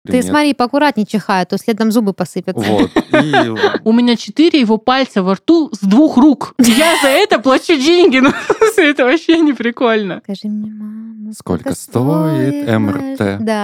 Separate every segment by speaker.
Speaker 1: Ты
Speaker 2: Нет.
Speaker 1: смотри, поаккуратнее чихай, а то следом зубы посыпятся.
Speaker 2: Вот.
Speaker 3: У меня 4 его пальца во рту с 2 рук. Я за это плачу деньги. Ну, это вообще не прикольно.
Speaker 1: Скажи мне, мама,
Speaker 2: Сколько стоит МРТ?
Speaker 1: Да.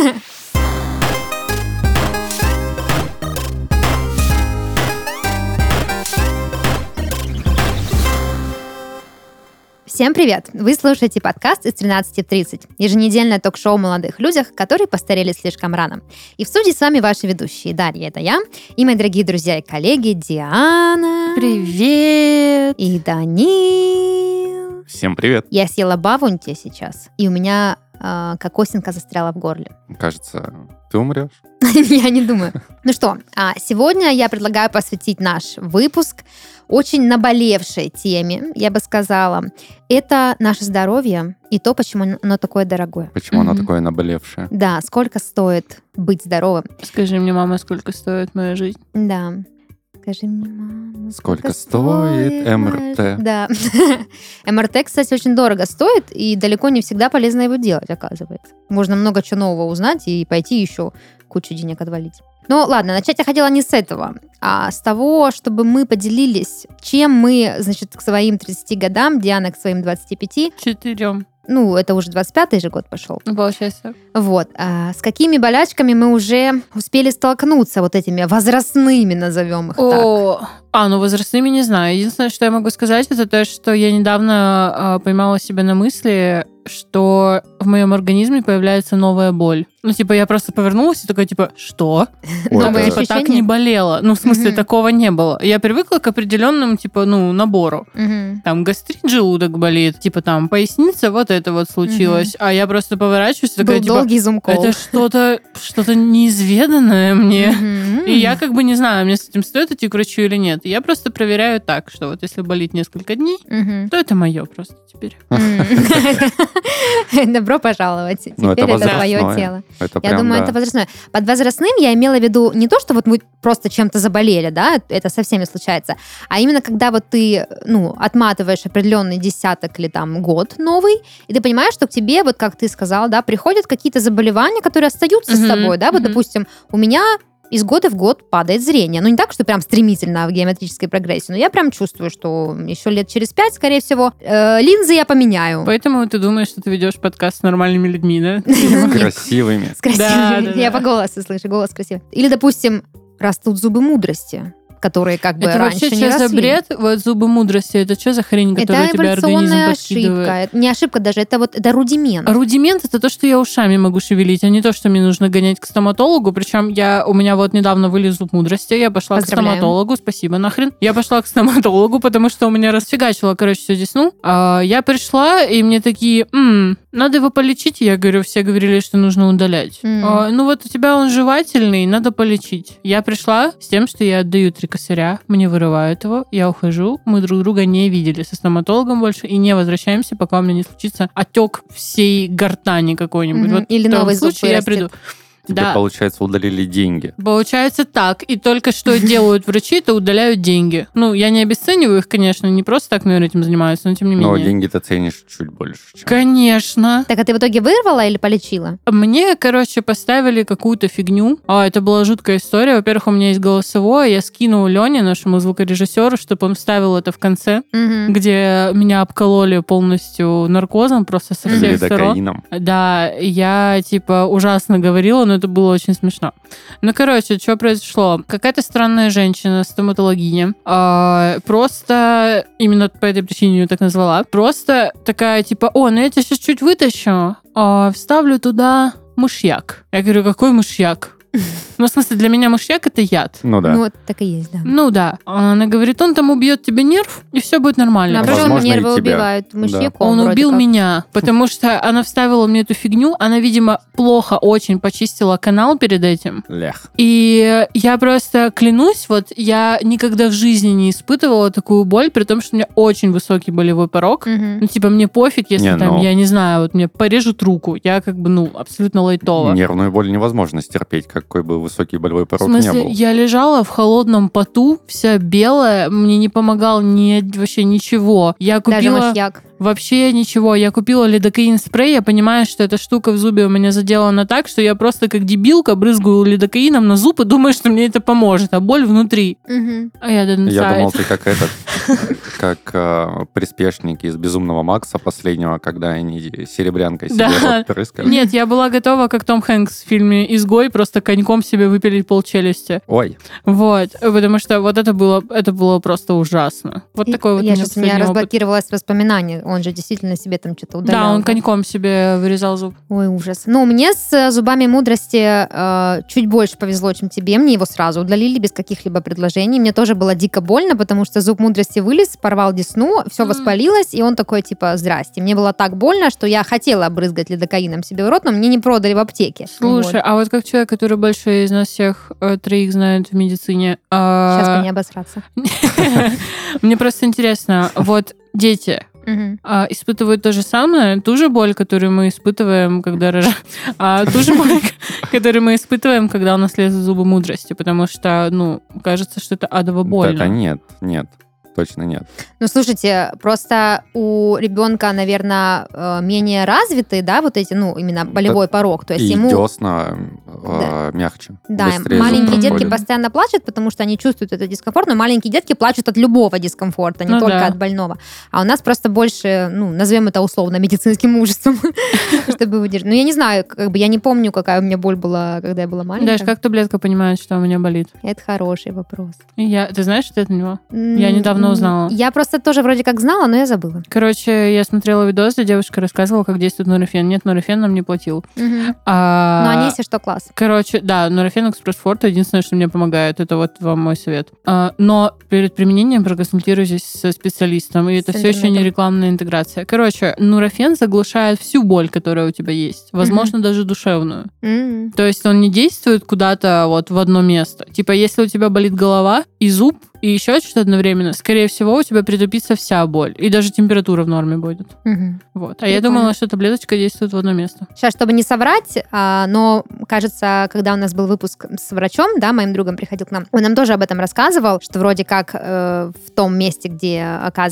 Speaker 1: Всем привет! Вы слушаете подкаст из 13:30, еженедельное ток-шоу о молодых людях, которые постарели слишком рано. И в студии с вами ваши ведущие. Дарья, это я, и мои дорогие друзья и коллеги Диана.
Speaker 3: Привет!
Speaker 1: И Данил.
Speaker 2: Всем привет.
Speaker 1: Я съела бавунти сейчас, и у меня кокосинка застряла в горле.
Speaker 2: Кажется, ты умрешь.
Speaker 1: Я не думаю. Ну что, сегодня я предлагаю посвятить наш выпуск очень наболевшей теме, я бы сказала. Это наше здоровье и то, почему оно такое дорогое.
Speaker 2: Почему оно такое наболевшее?
Speaker 1: Да, сколько стоит быть здоровым.
Speaker 3: Скажи мне, мама, сколько стоит моя жизнь?
Speaker 1: Да. Скажи мне, мама,
Speaker 2: Сколько стоит МРТ?
Speaker 1: Да. МРТ, кстати, очень дорого стоит, и далеко не всегда полезно его делать, оказывается. Можно много чего нового узнать и пойти еще кучу денег отвалить. Ну, ладно, начать я хотела не с этого, а с того, чтобы мы поделились, чем мы, значит, к своим 30 годам, Диана к своим 25,
Speaker 3: 4.
Speaker 1: ну, это уже 25-й же год пошел.
Speaker 3: Получается.
Speaker 1: Вот. С какими болячками мы уже успели столкнуться, вот этими возрастными, назовем их так.
Speaker 3: Ну возрастными не знаю. Единственное, что я могу сказать, это то, что я недавно поймала себя на мысли, что в моем организме появляется новая боль. Ну, типа, я просто повернулась и такая, типа, что?
Speaker 1: Новые
Speaker 3: Типа, так
Speaker 1: ощущения?
Speaker 3: не болело. Ну, в смысле, такого не было. Я привыкла к определенному, типа, набору.
Speaker 1: Мгм.
Speaker 3: Там гастрит, желудок болит, типа, там поясница, вот это вот случилось. А я просто поворачиваюсь и такая,
Speaker 1: Был
Speaker 3: типа,
Speaker 1: долгий зум-колл.
Speaker 3: это что-то неизведанное мне.
Speaker 1: Мгм.
Speaker 3: И я как бы не знаю, мне с этим стоит идти к врачу или нет. Я просто проверяю так, что вот если болит несколько дней,
Speaker 1: Мгм.
Speaker 3: то это мое просто теперь.
Speaker 1: Добро пожаловать.
Speaker 2: Ну,
Speaker 1: Теперь это
Speaker 2: возрастное.
Speaker 1: твое тело.
Speaker 2: Это
Speaker 1: Я
Speaker 2: прям,
Speaker 1: думаю,
Speaker 2: да.
Speaker 1: это возрастное. Под возрастным я имела в виду не то, что вот мы просто чем-то заболели, да, это со всеми случается, а именно когда вот ты, отматываешь определенный десяток или там год новый, и ты понимаешь, что к тебе, вот как ты сказал, да, приходят какие-то заболевания, которые остаются с
Speaker 3: Мгм,
Speaker 1: тобой, да, вот,
Speaker 3: мгм.
Speaker 1: допустим, у меня из года в год падает зрение. Ну, не так, что прям стремительно в геометрической прогрессии, но я прям чувствую, что еще лет через 5, скорее всего, линзы я поменяю.
Speaker 3: Поэтому ты думаешь, что ты ведешь подкаст с нормальными людьми, да?
Speaker 2: Красивыми.
Speaker 1: С красивыми.
Speaker 3: Да.
Speaker 1: Я по голосу слышу, голос красивый. Или, допустим, растут зубы мудрости, которые как бы
Speaker 3: Это
Speaker 1: раньше
Speaker 3: вообще
Speaker 1: не
Speaker 3: что за
Speaker 1: росли.
Speaker 3: бред? Вот зубы мудрости, это что за хрень, которую
Speaker 1: Это
Speaker 3: тебе организм
Speaker 1: эволюционная
Speaker 3: подкидывает?
Speaker 1: ошибка. Это не ошибка даже, это рудимент.
Speaker 3: Рудимент — это то, что я ушами могу шевелить, а не то, что мне нужно гонять к стоматологу. Причем у меня вот недавно вылез зуб мудрости, я пошла к
Speaker 1: Поздравляем.
Speaker 3: стоматологу, спасибо нахрен. Я пошла к стоматологу, потому что у меня расфигачило, всю десну. Я пришла, и мне такие, надо его полечить. Я говорю, все говорили, что нужно удалять. Ну вот у тебя он жевательный, надо полечить. Я пришла с тем, что я отдаю 3 косаря, мне вырывают его, я ухожу, мы друг друга не видели со стоматологом больше и не возвращаемся, пока у меня не случится отек всей гортани какой-нибудь.
Speaker 1: Мгм.
Speaker 3: Вот
Speaker 1: Или
Speaker 3: в том
Speaker 1: новый зуб
Speaker 3: случае я
Speaker 1: вырастет.
Speaker 3: приду.
Speaker 2: Тебе, получается, удалили деньги.
Speaker 3: Получается так. И только что делают врачи, то удаляют деньги. Ну, я не обесцениваю их, конечно, не просто так, наверное, этим занимаются, но тем не
Speaker 2: Но
Speaker 3: менее.
Speaker 2: деньги ты ценишь чуть больше, чем...
Speaker 3: Конечно.
Speaker 1: Так, а ты в итоге вырвала или полечила?
Speaker 3: Мне, поставили какую-то фигню. Это была жуткая история. Во-первых, у меня есть голосовое. Я скинула Лене, нашему звукорежиссеру, чтобы он вставил это в конце,
Speaker 1: Мгм.
Speaker 3: где меня обкололи полностью наркозом, просто со всех сторон.
Speaker 2: Лидокаином.
Speaker 3: Да, я, ужасно говорила, но это было очень смешно. Ну, что произошло? Какая-то странная женщина, стоматологиня, просто, именно по этой причине ее так назвала, просто такая, ну я тебя сейчас чуть вытащу, вставлю туда мышьяк. Я говорю, какой мышьяк? Ну, в смысле, для меня мышьяк — это яд.
Speaker 2: Ну да.
Speaker 1: Ну, вот так и есть, да.
Speaker 3: Ну да. Она говорит, он там убьет тебе нерв, и все будет нормально.
Speaker 1: Наоборот,
Speaker 2: возможно, и
Speaker 1: нервы
Speaker 2: тебя.
Speaker 1: убивают мышьяком
Speaker 3: Он
Speaker 1: вроде
Speaker 3: убил
Speaker 1: как.
Speaker 3: меня, потому что она вставила мне эту фигню. Она, видимо, плохо очень почистила канал перед этим.
Speaker 2: Лях.
Speaker 3: И я просто клянусь, я никогда в жизни не испытывала такую боль, при том, что у меня очень высокий болевой порог.
Speaker 1: Мгм.
Speaker 3: Ну, мне пофиг, если
Speaker 2: Не,
Speaker 3: там,
Speaker 2: ну-
Speaker 3: я не знаю, мне порежут руку. Я абсолютно лайтово.
Speaker 2: Нервную боль невозможно стерпеть, какой бы высокий болевой
Speaker 3: В
Speaker 2: порог не
Speaker 3: смысле,
Speaker 2: был.
Speaker 3: я лежала в холодном поту, вся белая, мне не помогал вообще ничего. Я
Speaker 1: Даже
Speaker 3: купила...
Speaker 1: мышьяк.
Speaker 3: Вообще ничего. Я купила лидокаин спрей, я понимаю, что эта штука в зубе у меня заделана так, что я просто как дебилка брызгаю лидокаином на зуб и думаю, что мне это поможет, а боль внутри. А я
Speaker 2: думал, ты как приспешники из «Безумного Макса» последнего, когда они серебрянкой себе рот прыскали.
Speaker 3: Нет, я была готова, как Том Хэнкс в фильме «Изгой», просто коньком себе выпилить полчелюсти.
Speaker 2: Ой.
Speaker 3: Вот, потому что вот это было просто ужасно. Вот такой вот
Speaker 1: я сейчас у меня разблокировалось воспоминание. Он же действительно себе там что-то удалял.
Speaker 3: Да, он коньком себе вырезал зуб.
Speaker 1: Ой, ужас. Ну, мне с зубами мудрости чуть больше повезло, чем тебе. Мне его сразу удалили без каких-либо предложений. Мне тоже было дико больно, потому что зуб мудрости вылез, порвал десну, все воспалилось, и он такой, типа, здрасте. Мне было так больно, что я хотела обрызгать лидокаином себе в рот, но мне не продали в аптеке.
Speaker 3: Слушай, а вот как человек, который больше из нас всех троих знает в медицине...
Speaker 1: Сейчас бы не обосраться.
Speaker 3: Мне просто интересно, вот дети... испытывают то же самое, ту же боль, которую мы испытываем, когда ту же боль, которую мы испытываем, когда у нас лезут зубы мудрости, потому что, кажется, что это адово больно.
Speaker 2: Да, нет. Точно нет.
Speaker 1: Ну, слушайте, просто у ребенка, наверное, менее развитый, да, вот эти, именно болевой порог. То есть
Speaker 2: и
Speaker 1: ему...
Speaker 2: десна мягче.
Speaker 1: Да, маленькие детки постоянно плачут, потому что они чувствуют этот дискомфорт, но маленькие детки плачут от любого дискомфорта, не только от больного. А у нас просто больше, назовем это условно, медицинским мужеством, чтобы выдержать. Я не знаю, я не помню, какая у меня боль была, когда я была маленькая.
Speaker 3: Даш, как таблетка понимает, что у меня болит?
Speaker 1: Это хороший вопрос.
Speaker 3: Ты знаешь ответ на него? Я недавно узнала.
Speaker 1: Я просто тоже вроде как знала, но я забыла.
Speaker 3: Короче, я смотрела видос, где девушка рассказывала, как действует нурофен. Нет, нурофен нам не платил.
Speaker 1: Но они, если что, класс.
Speaker 3: Короче, да, нурофен экспресс-форте единственное, что мне помогает. Это вот вам мой совет. Но перед применением проконсультируйтесь со специалистом. И это все еще не рекламная интеграция. Короче, нурофен заглушает всю боль, которая у тебя есть. Возможно, даже душевную. То есть он не действует куда-то вот в одно место. Типа, если у тебя болит голова и зуб, и еще что-то одновременно, скорее всего, у тебя притупится вся боль. И даже температура в норме будет. Вот. А я думала, что таблеточка действует в одно место.
Speaker 1: Сейчас, чтобы не соврать, но, кажется, когда у нас был выпуск с врачом, да, моим другом приходил к нам, он нам тоже об этом рассказывал, что вроде как в том месте, где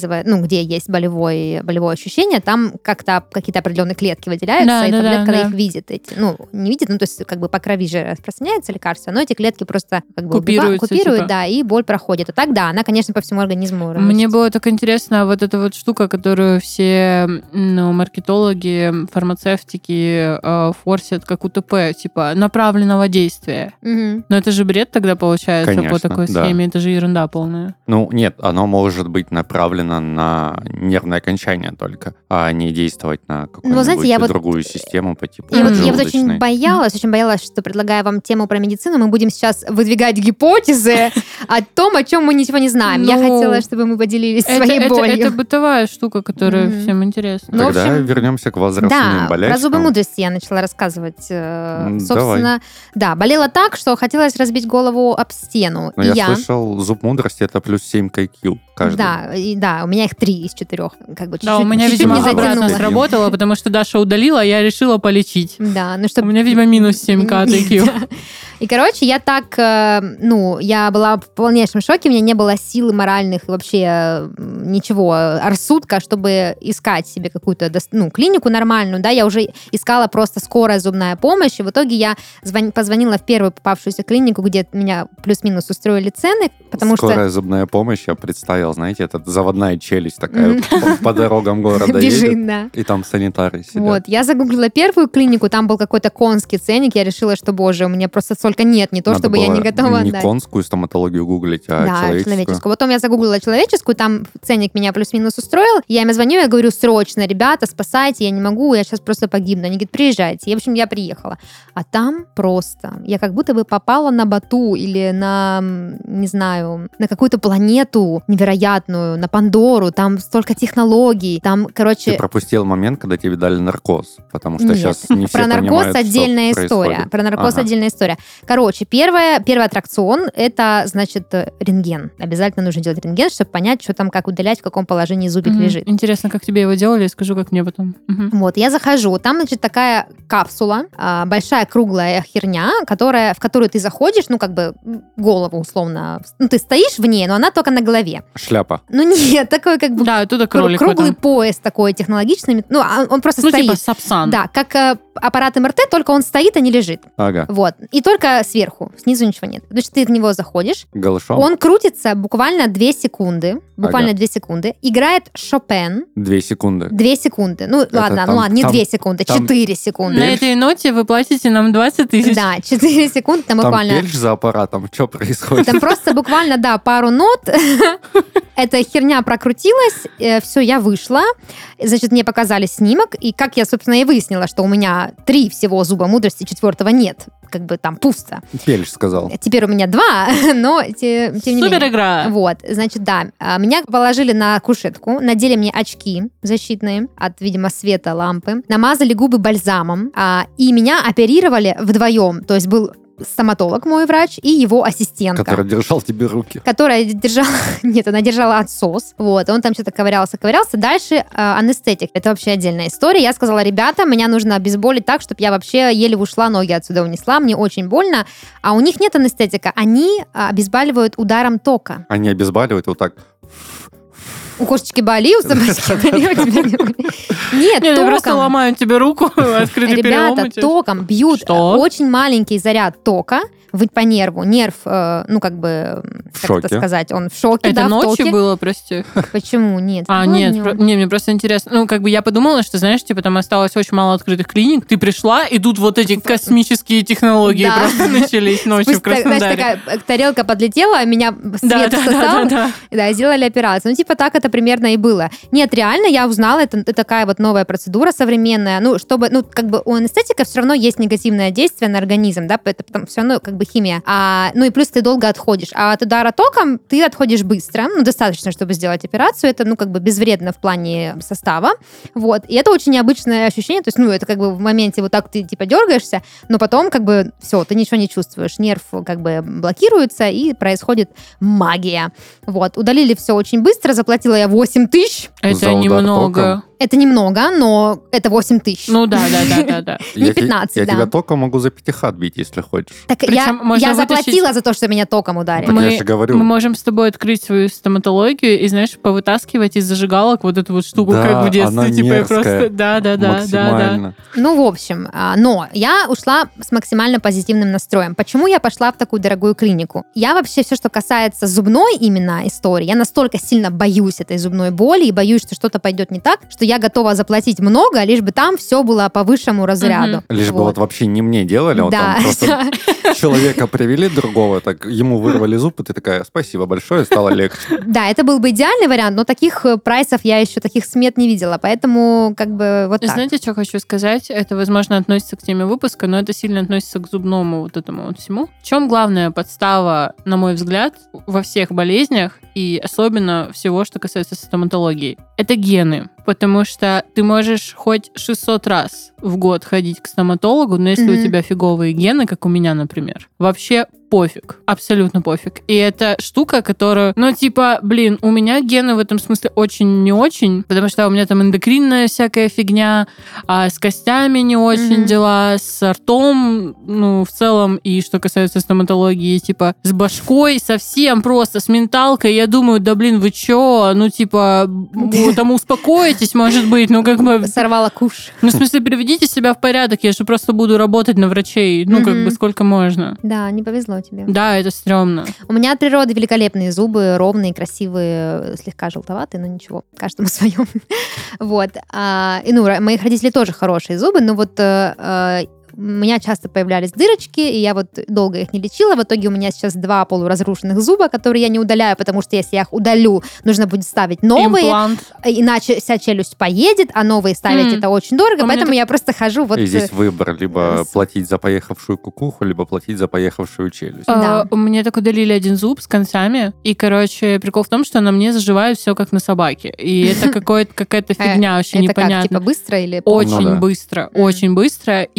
Speaker 1: где есть болевое ощущение, там как-то какие-то определенные клетки выделяются, и таблетка их видит. Не видит, то есть как бы по крови же распространяется лекарство, но эти клетки просто как бы купируют, типа. Да, и боль проходит. А так, да, она, конечно, по всему организму разносится.
Speaker 3: Мне было так интересно, вот эта вот штука, которую все маркетологи, фармацевтики форсят как УТП, типа направленного действия. Но это же бред тогда получается, конечно, по такой схеме, это же ерунда полная.
Speaker 2: Нет, оно может быть направлено на нервное окончание только, а не действовать на какую-нибудь другую систему по типу
Speaker 1: Я вот очень боялась, что, предлагая вам тему про медицину, мы будем сейчас выдвигать гипотезы о том, о чем мы ничего не знаем. Я хотела, чтобы мы поделились своей болью.
Speaker 3: Это бытовая штука, которая всем интересна.
Speaker 2: Тогда вернемся к возрастным болячкам.
Speaker 1: Про зубы мудрости я начала рассказывать. Собственно, да, болела так, что хотелось разбить голову об стену.
Speaker 2: Но я слышал, зуб мудрости — это плюс 7 к IQ каждый.
Speaker 1: Да, у меня их 3 из 4.
Speaker 3: Да, у меня, видимо, обратно сработало, потому что Даша удалила, а я решила полечить.
Speaker 1: Да,
Speaker 3: у меня, видимо, минус 7 к IQ.
Speaker 1: И, короче, я так, я была в полнейшем шоке, у меня не было сил моральных и вообще ничего, рассудка, чтобы искать себе какую-то, клинику нормальную, да, я уже искала просто скорая зубная помощь, и в итоге я позвонила в первую попавшуюся клинику, где меня плюс-минус устроили цены, потому что...
Speaker 2: Скорая зубная помощь, я представил, знаете, это заводная челюсть такая по дорогам города едет,
Speaker 1: да.
Speaker 2: И там санитары сидят.
Speaker 1: Вот, я загуглила первую клинику, там был какой-то конский ценник, я решила, что, боже, у меня просто столько нет, не то,
Speaker 2: Надо
Speaker 1: чтобы я не готова
Speaker 2: не
Speaker 1: отдать.
Speaker 2: конскую стоматологию гуглить, а человеческую.
Speaker 1: Потом я загуглила человеческую, там ценник меня плюс-минус устроил, я им звоню, я говорю, срочно, ребята, спасайте, я не могу, я сейчас просто погибну. Они говорят, приезжайте. И, в общем, я приехала. А там просто, я как будто бы попала на Бату или на, не знаю, на какую-то планету невероятную, на Пандору, там столько технологий, там, короче...
Speaker 2: Ты пропустил момент, когда тебе дали наркоз, потому что сейчас не все
Speaker 1: про наркоз
Speaker 2: понимают,
Speaker 1: отдельная
Speaker 2: что
Speaker 1: история.
Speaker 2: происходит.
Speaker 1: Про наркоз отдельная история. Короче, первый аттракцион – это, значит, рентген. Обязательно нужно делать рентген, чтобы понять, что там, как удалять, в каком положении зубик лежит.
Speaker 3: Интересно, как тебе его делали, скажу, как мне потом.
Speaker 1: Вот, я захожу, там, значит, такая капсула, большая круглая херня, в которую ты заходишь, ну, как бы голову условно, ну, ты стоишь в ней, но она только на голове.
Speaker 2: Шляпа.
Speaker 1: Ну, нет, такой как бы...
Speaker 3: Да, оттуда кролик
Speaker 1: круглый
Speaker 3: потом.
Speaker 1: пояс такой технологичный, ну, он просто стоит.
Speaker 3: Типа сапсан.
Speaker 1: Да, как аппарат МРТ, только он стоит, а не лежит.
Speaker 2: Ага.
Speaker 1: Вот, и только сверху, снизу ничего нет. Значит, ты в него заходишь,
Speaker 2: Голышом?
Speaker 1: он крутится буквально 2 секунды, играет Шопен.
Speaker 2: 2 секунды.
Speaker 1: 2 секунды. Ну, ладно, не 2 секунды, 4 секунды.
Speaker 3: На этой ноте вы платите нам 20 тысяч.
Speaker 1: Да, 4 секунды, там буквально...
Speaker 2: Там пельш за аппаратом, что происходит?
Speaker 1: Там просто буквально, да, пару нот. Эта херня прокрутилась, все, я вышла. Значит, мне показали снимок, и как я, собственно, и выяснила, что у меня 3 всего зуба мудрости, 4-го нет. Как бы там пусто.
Speaker 2: Пельш сказал.
Speaker 1: Теперь у меня 2, но тем не менее.
Speaker 3: Супер игра!
Speaker 1: Вот, значит, да. Меня положили на кушетку, надели мне очки защитные от, видимо, света лампы, намазали губы бальзамом, и меня оперировали вдвоем. То есть был стоматолог, мой врач, и его ассистентка.
Speaker 2: Который держал тебе руки.
Speaker 1: Которая держала... Нет, она держала отсос. Вот, он там что-то ковырялся. Дальше анестетик. Это вообще отдельная история. Я сказала, ребята, меня нужно обезболить так, чтобы я вообще еле ушла, ноги отсюда унесла. Мне очень больно. А у них нет анестетика. Они обезболивают ударом тока.
Speaker 2: Они обезболивают вот так...
Speaker 1: У кошечки боли, у собачки боли. Нет,
Speaker 3: током. Просто ломают тебе руку, открытый перелом.
Speaker 1: Ребята, током бьют очень маленький заряд тока по нерву. Нерв, ну, как бы, как это сказать, он в шоке,
Speaker 3: это
Speaker 1: да,
Speaker 3: ночью было, прости?
Speaker 1: Почему? Нет.
Speaker 3: Нет, мне просто интересно. Ну, как бы я подумала, что, знаешь, типа там осталось очень мало открытых клиник, ты пришла, и тут вот эти космические технологии просто начались ночью в Краснодаре.
Speaker 1: Знаешь, такая тарелка подлетела, меня свет всосал, да, сделали операцию. Ну, типа так это примерно и было. Нет, реально, я узнала, это такая вот новая процедура современная, ну, чтобы, ну, как бы у анестетика все равно есть негативное действие на организм, да, это потом все равно как бы химия. Ну и плюс ты долго отходишь. А от удара током ты отходишь быстро. Ну, достаточно, чтобы сделать операцию. Это, ну, как бы безвредно в плане состава. Вот. И это очень необычное ощущение. То есть, ну, это как бы в моменте вот так ты, типа, дергаешься, но потом, как бы, все, ты ничего не чувствуешь. Нерв, как бы, блокируется, и происходит магия. Вот. Удалили все очень быстро. Заплатила я 8 тысяч.
Speaker 3: Это немного.
Speaker 1: Это немного, но это 8 тысяч.
Speaker 3: Ну да.
Speaker 1: Не 15,
Speaker 2: Я тебя током могу за 5 отбить, если хочешь.
Speaker 1: Так я заплатила за то, что меня током ударили.
Speaker 2: Я же говорю.
Speaker 3: Мы можем с тобой открыть свою стоматологию и, знаешь, повытаскивать из зажигалок вот эту вот штуку, как в детстве. Типа просто... Да.
Speaker 1: Ну, в общем, но я ушла с максимально позитивным настроем. Почему я пошла в такую дорогую клинику? Я вообще все, что касается зубной именно истории, я настолько сильно боюсь этой зубной боли и боюсь, что что-то пойдет не так, что я готова заплатить много, лишь бы там все было по высшему разряду.
Speaker 2: Лишь бы вот вообще не мне делали, вот там просто человека привели другого, так ему вырвали зуб, и ты такая, спасибо большое, стало легче.
Speaker 1: Да, это был бы идеальный вариант, но таких прайсов я еще, таких смет не видела, поэтому как бы вот так.
Speaker 3: Знаете, что хочу сказать? Это, возможно, относится к теме выпуска, но это сильно относится к зубному вот этому вот всему. В чем главная подстава, на мой взгляд, во всех болезнях, и особенно всего, что касается стоматологии? Это гены. Потому что ты можешь хоть 600 раз в год ходить к стоматологу, но если у тебя фиговые гены, как у меня, например, вообще пофиг. Абсолютно пофиг. И это штука, которую, ну, типа, блин, у меня гены в этом смысле очень не очень, потому что у меня там эндокринная всякая фигня, а с костями не очень дела, с ртом, ну, в целом, и что касается стоматологии, типа, с башкой совсем просто, с менталкой. Я думаю, да, блин, вы чё? Ну, типа, там успокойтесь, может быть, ну, как бы...
Speaker 1: Сорвала куш.
Speaker 3: Ну, в смысле, приведите себя в порядок, я же просто буду работать на врачей, ну, как бы, сколько можно.
Speaker 1: Да, не повезло тебе.
Speaker 3: Да, это стрёмно.
Speaker 1: У меня от природы великолепные зубы, ровные, красивые, слегка желтоватые, но ничего, каждому своем. Вот. И, ну, моих родителей тоже хорошие зубы, но вот у меня часто появлялись дырочки, и я вот долго их не лечила. В итоге у меня сейчас 2 полуразрушенных зуба, которые я не удаляю, потому что если я их удалю, нужно будет ставить новые.
Speaker 3: Имплант.
Speaker 1: Иначе вся челюсть поедет, а новые ставить это очень дорого, поэтому я просто хожу вот...
Speaker 2: И здесь выбор, либо платить за поехавшую кукуху, либо платить за поехавшую челюсть.
Speaker 1: Да.
Speaker 3: Мне так удалили один зуб с концами, и, короче, прикол в том, что на мне заживает все как на собаке. И это какая-то фигня вообще непонятная.
Speaker 1: Это как, типа быстро или...
Speaker 3: Очень быстро, очень быстро. И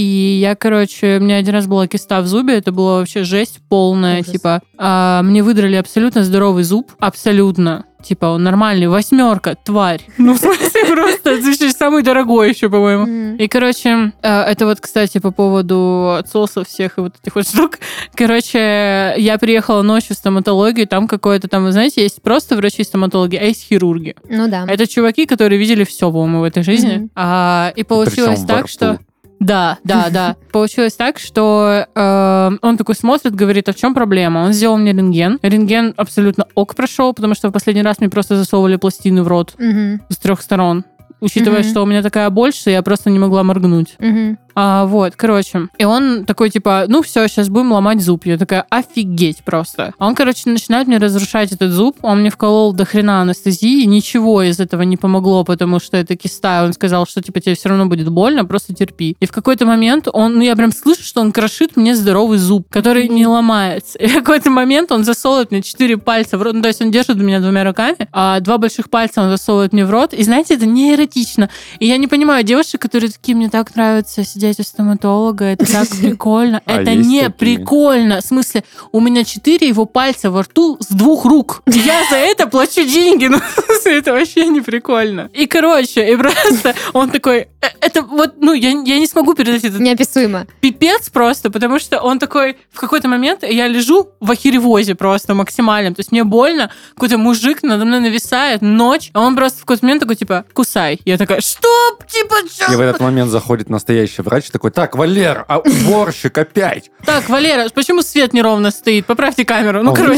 Speaker 3: Я, короче, у меня один раз была киста в зубе, это была вообще жесть полная,
Speaker 1: Ужас.
Speaker 3: типа, мне выдрали абсолютно здоровый зуб, абсолютно. Типа, он нормальный, 8, тварь. Ну, в смысле, просто, это самый дорогой еще, по-моему. И, короче, это вот, кстати, по поводу отсосов всех и вот этих вот штук. Короче, я приехала ночью в стоматологию, там какое-то там, вы знаете, есть просто врачи-стоматологи, а есть хирурги.
Speaker 1: Ну да.
Speaker 3: Это чуваки, которые видели все, по-моему, в этой жизни. И получилось так, что... Да. Получилось так, что он такой смотрит, говорит, а в чем проблема? Он сделал мне рентген. Рентген абсолютно ок прошел, потому что в последний раз мне просто засовывали пластины в рот с 3 сторон. Учитывая, что у меня такая боль, что я просто не могла моргнуть. Вот, короче. И он такой, типа, ну все, сейчас будем ломать зуб. Я такая, офигеть просто. А он, короче, начинает мне разрушать этот зуб. Он мне вколол до хрена анестезии. Ничего из этого не помогло, потому что это киста. Он сказал, что, типа, тебе все равно будет больно, просто терпи. И в какой-то момент я прям слышу, что он крошит мне здоровый зуб, который не ломается. И в какой-то момент он засовывает мне 4 пальца в рот. Ну, то есть он держит меня 2 руками, а 2 больших пальца он засовывает мне в рот. И знаете, это не эротично. И я не понимаю девушек, которые такие, мне так нравится сидеть у стоматолога, это так прикольно. Это не прикольно. В смысле, у меня 4 его пальца во рту с 2 рук. Я за это плачу деньги. Ну, это вообще не прикольно. И, короче, и просто он такой, это вот, ну, я не смогу передать это.
Speaker 1: Неописуемо.
Speaker 3: Пипец просто, потому что он такой, в какой-то момент я лежу в охеревозе просто максимальном. То есть мне больно, какой-то мужик надо мной нависает, ночь, а он просто в какой-то момент такой, типа, кусай. Я такая, что? Типа, что?
Speaker 2: И в этот момент заходит настоящий врач, такой, так, Валер, а уборщик опять.
Speaker 3: Так, Валера, почему свет неровно стоит? Поправьте камеру. Ну, короче,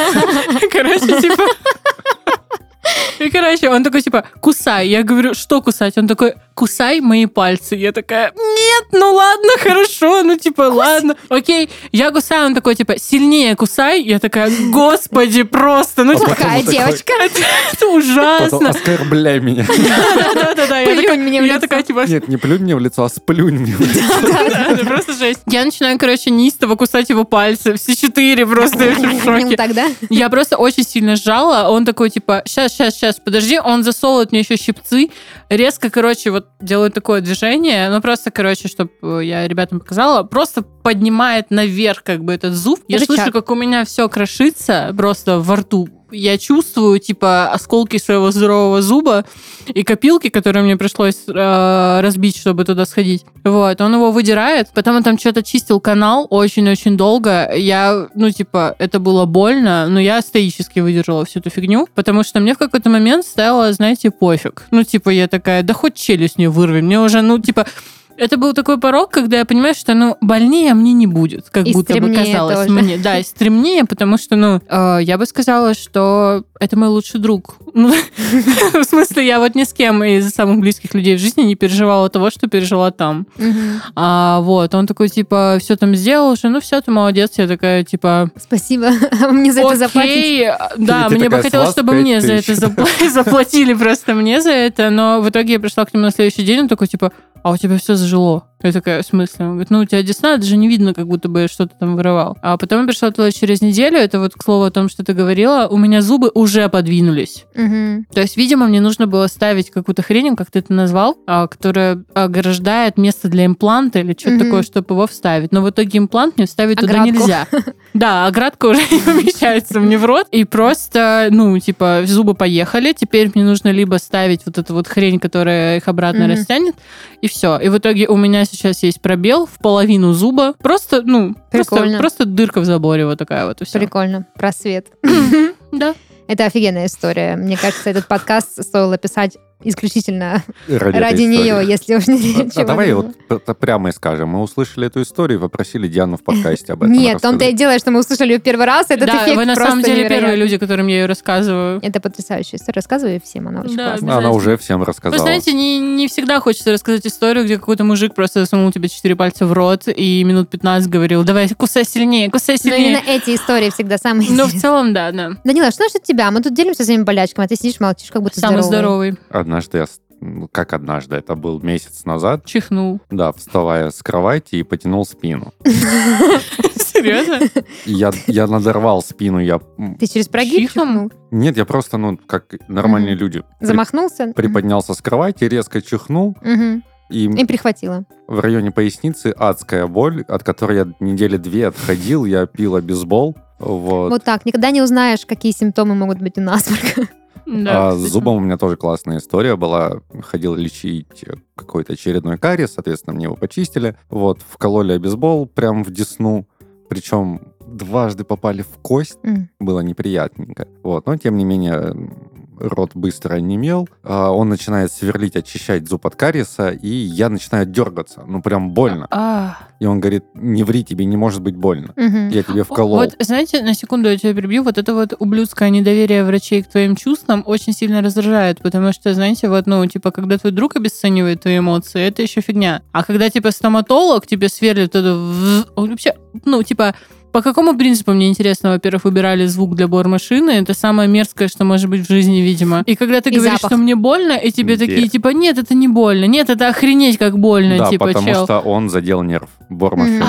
Speaker 3: типа... И, короче, он такой, типа, кусай. Я говорю, что кусать? Он такой, кусай мои пальцы. Я такая, нет, ну ладно, хорошо, ну, типа, ладно, окей. Я кусаю, он такой, типа, сильнее кусай. Я такая, господи, просто, ну,
Speaker 1: Какая девочка.
Speaker 3: Это ужасно.
Speaker 2: Потом оскорбляй меня.
Speaker 3: Да-да-да.
Speaker 1: Плюнь мне в
Speaker 3: Я
Speaker 1: лицо.
Speaker 3: такая, типа...
Speaker 2: Нет, не плюнь мне в лицо, а сплюнь мне в лицо.
Speaker 3: Это просто жесть. Я начинаю, короче, неистово кусать его пальцы. Все 4 просто, я в шоке.
Speaker 1: Тогда?
Speaker 3: Я просто очень сильно сжала. Он такой, типа, сейчас, подожди. Он засовывает мне еще щипцы. Резко, короче, вот делает такое движение. Ну, просто, короче, чтобы я ребятам показала. Просто поднимает наверх, как бы, этот зуб. Я слышу, как у меня все крошится просто во рту. Я чувствую, типа, осколки своего здорового зуба и копилки, которые мне пришлось разбить, чтобы туда сходить. Вот, он его выдирает, потом он там что-то чистил канал очень-очень долго. Я, ну, типа, это было больно, но я стоически выдержала всю эту фигню, потому что мне в какой-то момент стало, знаете, пофиг. Ну, типа, я такая, да хоть челюсть не вырви. Мне уже, ну, типа... Это был такой порог, когда я понимаю, что, ну, больнее мне не будет, как
Speaker 1: и
Speaker 3: будто бы казалось
Speaker 1: тоже.
Speaker 3: мне. Да, и стремнее, потому что, ну, я бы сказала, что это мой лучший друг. Ну, в смысле, я вот ни с кем из самых близких людей в жизни не переживала того, что пережила там. Вот, он такой, типа, все там сделал уже, ну, все, ты молодец. Я такая, типа...
Speaker 1: Спасибо, мне за это заплатить.
Speaker 3: Окей, да, мне бы хотелось, чтобы мне за это заплатили просто мне за это, но в итоге я пришла к нему на следующий день, он такой, типа, а у тебя все зажило. Я такая, в смысле? Он говорит, ну, у тебя десна, даже не видно, как будто бы что-то там вырывал. А потом я пришла туда через неделю, это вот к слову о том, что ты говорила, у меня зубы уже подвинулись. То есть, видимо, мне нужно было ставить какую-то хрень, как ты это назвал, которая ограждает место для импланта или что-то такое, чтобы его вставить. Но в итоге имплант мне вставить туда нельзя. Да, оградка уже не помещается мне в рот. И просто, ну, типа, зубы поехали. Теперь мне нужно либо ставить вот эту вот хрень, которая их обратно растянет, и все. И в итоге у меня сейчас есть пробел в половину зуба. Просто, ну, просто дырка в заборе вот такая вот и все.
Speaker 1: Прикольно. Просвет.
Speaker 3: Да.
Speaker 1: Это офигенная история. Мне кажется, этот подкаст стоило писать исключительно
Speaker 2: Ради
Speaker 1: ради
Speaker 2: этой
Speaker 1: нее,
Speaker 2: истории.
Speaker 1: если уж не
Speaker 2: А давай вот прямо и скажем. Мы услышали эту историю и попросили Диану в подкасте об этом
Speaker 1: Нет, в том-то и дело, что мы услышали ее в первый раз. Этот
Speaker 3: Да,
Speaker 1: эффект
Speaker 3: вы на
Speaker 1: просто
Speaker 3: самом деле
Speaker 1: невероятный.
Speaker 3: первые люди, которым я ее рассказываю.
Speaker 1: Это потрясающая история. Рассказывай всем, она очень
Speaker 3: Да,
Speaker 1: классная.
Speaker 2: Она уже всем
Speaker 3: Вы
Speaker 2: рассказала.
Speaker 3: знаете, не всегда хочется рассказать историю, где какой-то мужик просто засунул тебе 4 пальца в рот и минут 15 говорил, давай, кусай сильнее, кусай
Speaker 1: Но
Speaker 3: сильнее.
Speaker 1: именно эти истории всегда самые
Speaker 3: Но в
Speaker 1: интересные.
Speaker 3: целом, да.
Speaker 1: Данила, что насчет тебя? Мы тут делимся своими болячками, а ты сидишь, молчишь, как будто
Speaker 3: Самый здоровый.
Speaker 2: Однажды как однажды, это был месяц назад,
Speaker 3: Чихнул.
Speaker 2: да, вставая с кровати и потянул спину.
Speaker 3: Серьезно?
Speaker 2: И я надорвал спину,
Speaker 1: Ты через прогиб
Speaker 3: Чихом?
Speaker 1: чихнул?
Speaker 2: Нет, я просто, ну, как нормальные люди.
Speaker 1: Замахнулся?
Speaker 2: Приподнялся с кровати, резко чихнул,
Speaker 1: Мгм. И прихватило.
Speaker 2: В районе поясницы адская боль, от которой я недели 2 отходил, я пил обезбол. Вот
Speaker 1: так, никогда не узнаешь, какие симптомы могут быть у насморка.
Speaker 3: Да,
Speaker 2: с зубом у меня тоже классная история была. Ходил лечить какой-то очередной кариес, соответственно, мне его почистили. Вкололи обезбол прям в десну. Причем дважды попали в кость. Было неприятненько. Но, тем не менее, рот быстро онемел. Он начинает сверлить, очищать зуб от кариеса, и я начинаю дергаться. Прям больно. И он говорит, не ври, тебе не может быть больно. Я тебе вколол.
Speaker 3: Знаете, на секунду я тебя перебью. Это ублюдское недоверие врачей к твоим чувствам очень сильно раздражает, потому что, знаете, когда твой друг обесценивает твои эмоции, это еще фигня. А когда, стоматолог тебе сверлит, вообще, по какому принципу, мне интересно, во-первых, выбирали звук для бормашины? Это самое мерзкое, что может быть в жизни, видимо. И когда ты говоришь, что мне больно, и тебе такие, нет, это не больно. Нет, это охренеть как больно,
Speaker 2: да, потому что он задел нерв бормашины.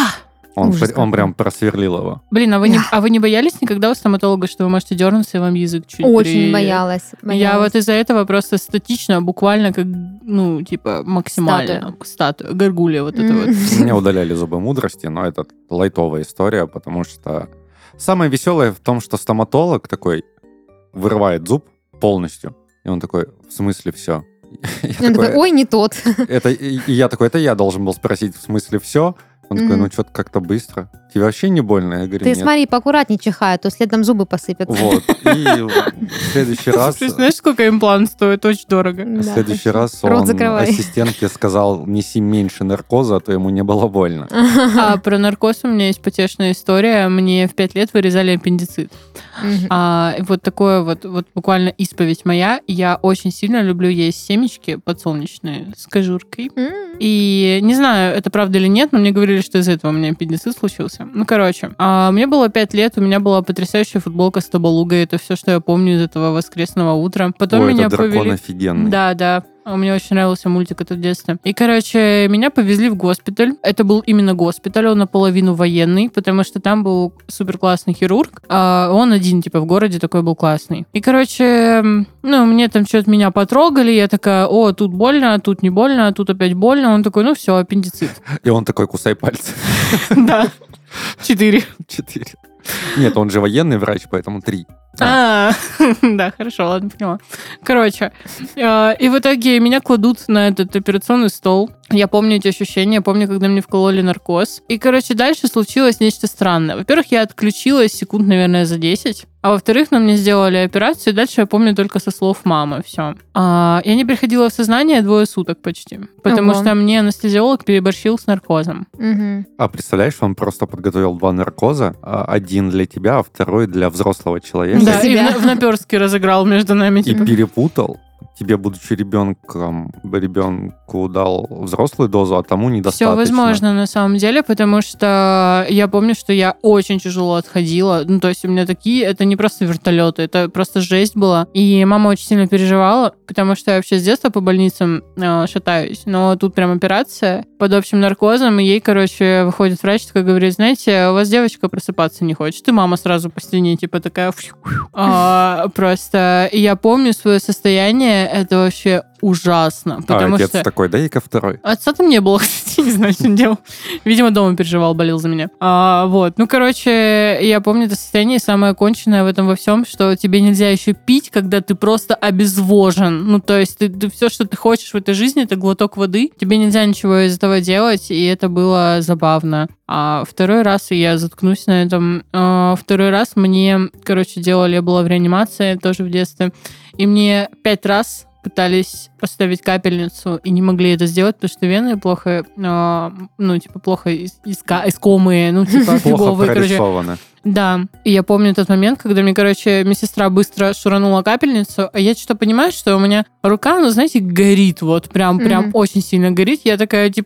Speaker 2: Он прям просверлил его.
Speaker 3: Блин, а вы не боялись никогда у стоматолога, что вы можете дернуться, и вам язык чуть
Speaker 1: Очень боялась.
Speaker 3: Я из-за этого просто статично, буквально как, максимально. Статуя. Горгулья
Speaker 2: Меня удаляли зубы мудрости, но это лайтовая история, потому что самое веселое в том, что стоматолог такой вырывает зуб полностью, и он такой, в смысле все?
Speaker 1: Он такой, ой, не тот.
Speaker 2: И я такой, это я должен был спросить, в смысле все? Он такой, что-то как-то быстро. Тебе вообще не больно? Я говорю,
Speaker 1: ты смотри, поаккуратнее чихай, а то следом зубы посыпятся.
Speaker 2: И в следующий раз...
Speaker 3: Знаешь, сколько имплант стоит? Очень дорого.
Speaker 2: В следующий раз он ассистентке сказал, неси меньше наркоза, а то ему не было больно.
Speaker 3: А про наркоз у меня есть потешная история. Мне в 5 лет вырезали аппендицит. Такое буквально исповедь моя. Я очень сильно люблю есть семечки подсолнечные с кожуркой. И не знаю, это правда или нет, но мне говорили, что из-за этого у меня аппендицит случился. Мне было 5 лет, у меня была потрясающая футболка с Табалугой. Это все, что я помню из этого воскресного утра. Потом меня
Speaker 2: это дракон офигенный.
Speaker 3: Да. Мне очень нравился мультик это в детстве. И, меня повезли в госпиталь. Это был именно госпиталь, он наполовину военный, потому что там был супер классный хирург. Он один, в городе такой был классный. И, мне там что-то меня потрогали, я такая, тут больно, тут не больно, тут опять больно. Он такой, все, аппендицит.
Speaker 2: И он такой, кусай пальцы.
Speaker 3: Да. 4.
Speaker 2: Нет, он же военный врач, поэтому 3.
Speaker 3: Да, хорошо, ладно, поняла. И в итоге меня кладут на этот операционный стол. Я помню эти ощущения, помню, когда мне вкололи наркоз. И, дальше случилось нечто странное. Во-первых, я отключилась секунд, наверное, за 10. А во-вторых, мне сделали операцию, и дальше я помню только со слов мамы все. Я не приходила в сознание 2 суток почти, потому что мне анестезиолог переборщил с наркозом.
Speaker 2: А представляешь, он просто подготовил 2 наркоза, один для тебя, а второй для взрослого человека.
Speaker 3: Да, и в наперстке разыграл между нами.
Speaker 2: И перепутал. Тебе, будучи ребенку дал взрослую дозу, а тому недостаточно.
Speaker 3: Все возможно на самом деле, потому что я помню, что я очень тяжело отходила. То есть у меня это не просто вертолеты, это просто жесть была. И мама очень сильно переживала, потому что я вообще с детства по больницам шатаюсь. Но тут прям операция под общим наркозом, и ей, выходит врач, такой говорит, знаете, у вас девочка просыпаться не хочет. И мама сразу по стене, такая... Просто я помню свое состояние, это вообще ужасно. Потому
Speaker 2: отец
Speaker 3: что...
Speaker 2: такой, дай-ка второй.
Speaker 3: Отца там не было, кстати, не знаю, что он делал. Видимо, дома переживал, болел за меня. Я помню это состояние, самое конченное в этом во всем, что тебе нельзя еще пить, когда ты просто обезвожен. То есть ты все, что ты хочешь в этой жизни, это глоток воды. Тебе нельзя ничего из этого делать, и это было забавно. А второй раз, и я заткнусь на этом, второй раз мне, делали, я была в реанимации тоже в детстве, и мне 5 раз пытались поставить капельницу и не могли это сделать, потому что вены плохо, плохо искомые,
Speaker 2: фиговые, прорисованы.
Speaker 3: Да, и я помню тот момент, когда мне, медсестра быстро шуранула капельницу, а я что-то понимаю, что у меня рука, горит прям очень сильно горит. Я такая,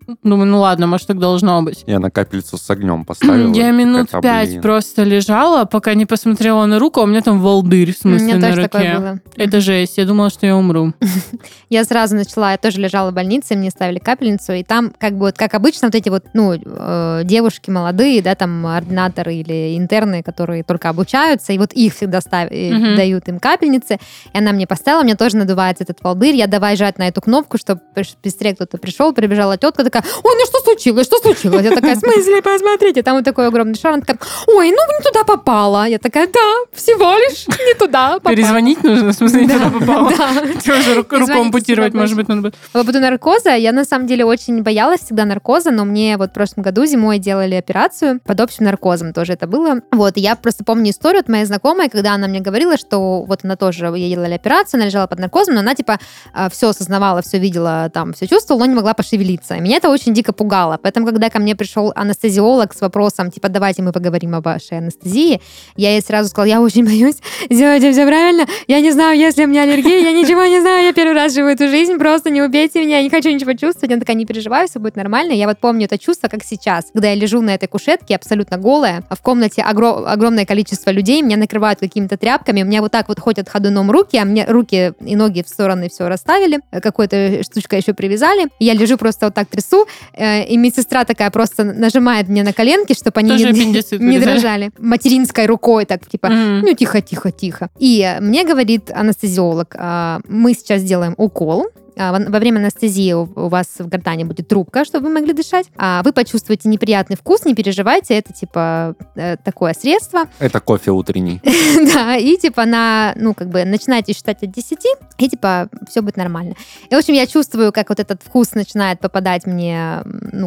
Speaker 3: Думаю, ну ладно, может, так должно быть.
Speaker 2: Я на капельницу с огнем поставила.
Speaker 3: Я минут 5 просто лежала, пока не посмотрела на руку, а у меня там волдырь, в смысле, на руке. У меня тоже такое было. Это жесть, я думала, что я умру.
Speaker 1: Я сразу начала, я тоже лежала в больнице, мне ставили капельницу, и там, как бы, вот, как обычно, вот эти вот, девушки молодые, да, там, ординаторы или интерны, которые только обучаются, и вот их всегда дают им капельницы, и она мне поставила, у меня тоже надувается этот волдырь, я давай жать на эту кнопку, чтобы быстрее кто-то пришел, прибежала тетка, такая, ой, ну что случилось? Я такая, в смысле, посмотрите, там вот такой огромный шар, она такая, ой, ну не туда попала. Я такая, да, всего лишь не туда попала.
Speaker 3: Перезвонить нужно, в смысле, не туда попала? Да. Тебе уже руку ампутировать, может быть, надо будет.
Speaker 1: По поводу наркоза, я на самом деле очень боялась всегда наркоза, но мне вот в прошлом году зимой делали операцию под общим наркозом, тоже это было. Вот, и я просто помню историю от моей знакомой, когда она мне говорила, что вот она тоже, ей делали операцию, она лежала под наркозом, но она типа все осознавала, все видела, там, все чувствовала, но не могла пошевелиться. И меня это очень дико пугало. Поэтому, когда ко мне пришел анестезиолог с вопросом, типа, давайте мы поговорим об вашей анестезии, я ей сразу сказала, я очень боюсь, сделайте все правильно, я не знаю, есть ли у меня аллергия, я ничего не знаю, я первый раз живу эту жизнь, просто не убейте меня, я не хочу ничего чувствовать. Она такая, не переживай, все будет нормально. Я вот помню это чувство, как сейчас, когда я лежу на этой кушетке, абсолютно голая, а в комнате огромное количество людей, меня накрывают какими-то тряпками, у меня вот так вот ходят ходуном руки, а мне руки и ноги в стороны все расставили, какой-то штучкой еще привязали, я лежу просто вот так трясу, и медсестра такая просто нажимает мне на коленки, чтобы они не дрожали. Материнской рукой так, типа, ну, тихо. И мне говорит анестезиолог, мы сейчас сделаем укол, во время анестезии у вас в гортани будет трубка, чтобы вы могли дышать. Вы почувствуете неприятный вкус, не переживайте, это типа такое средство.
Speaker 2: Это кофе утренний.
Speaker 1: Да, и типа начинайте считать от 10, и типа все будет нормально. И, в общем, я чувствую, как вот этот вкус начинает попадать мне,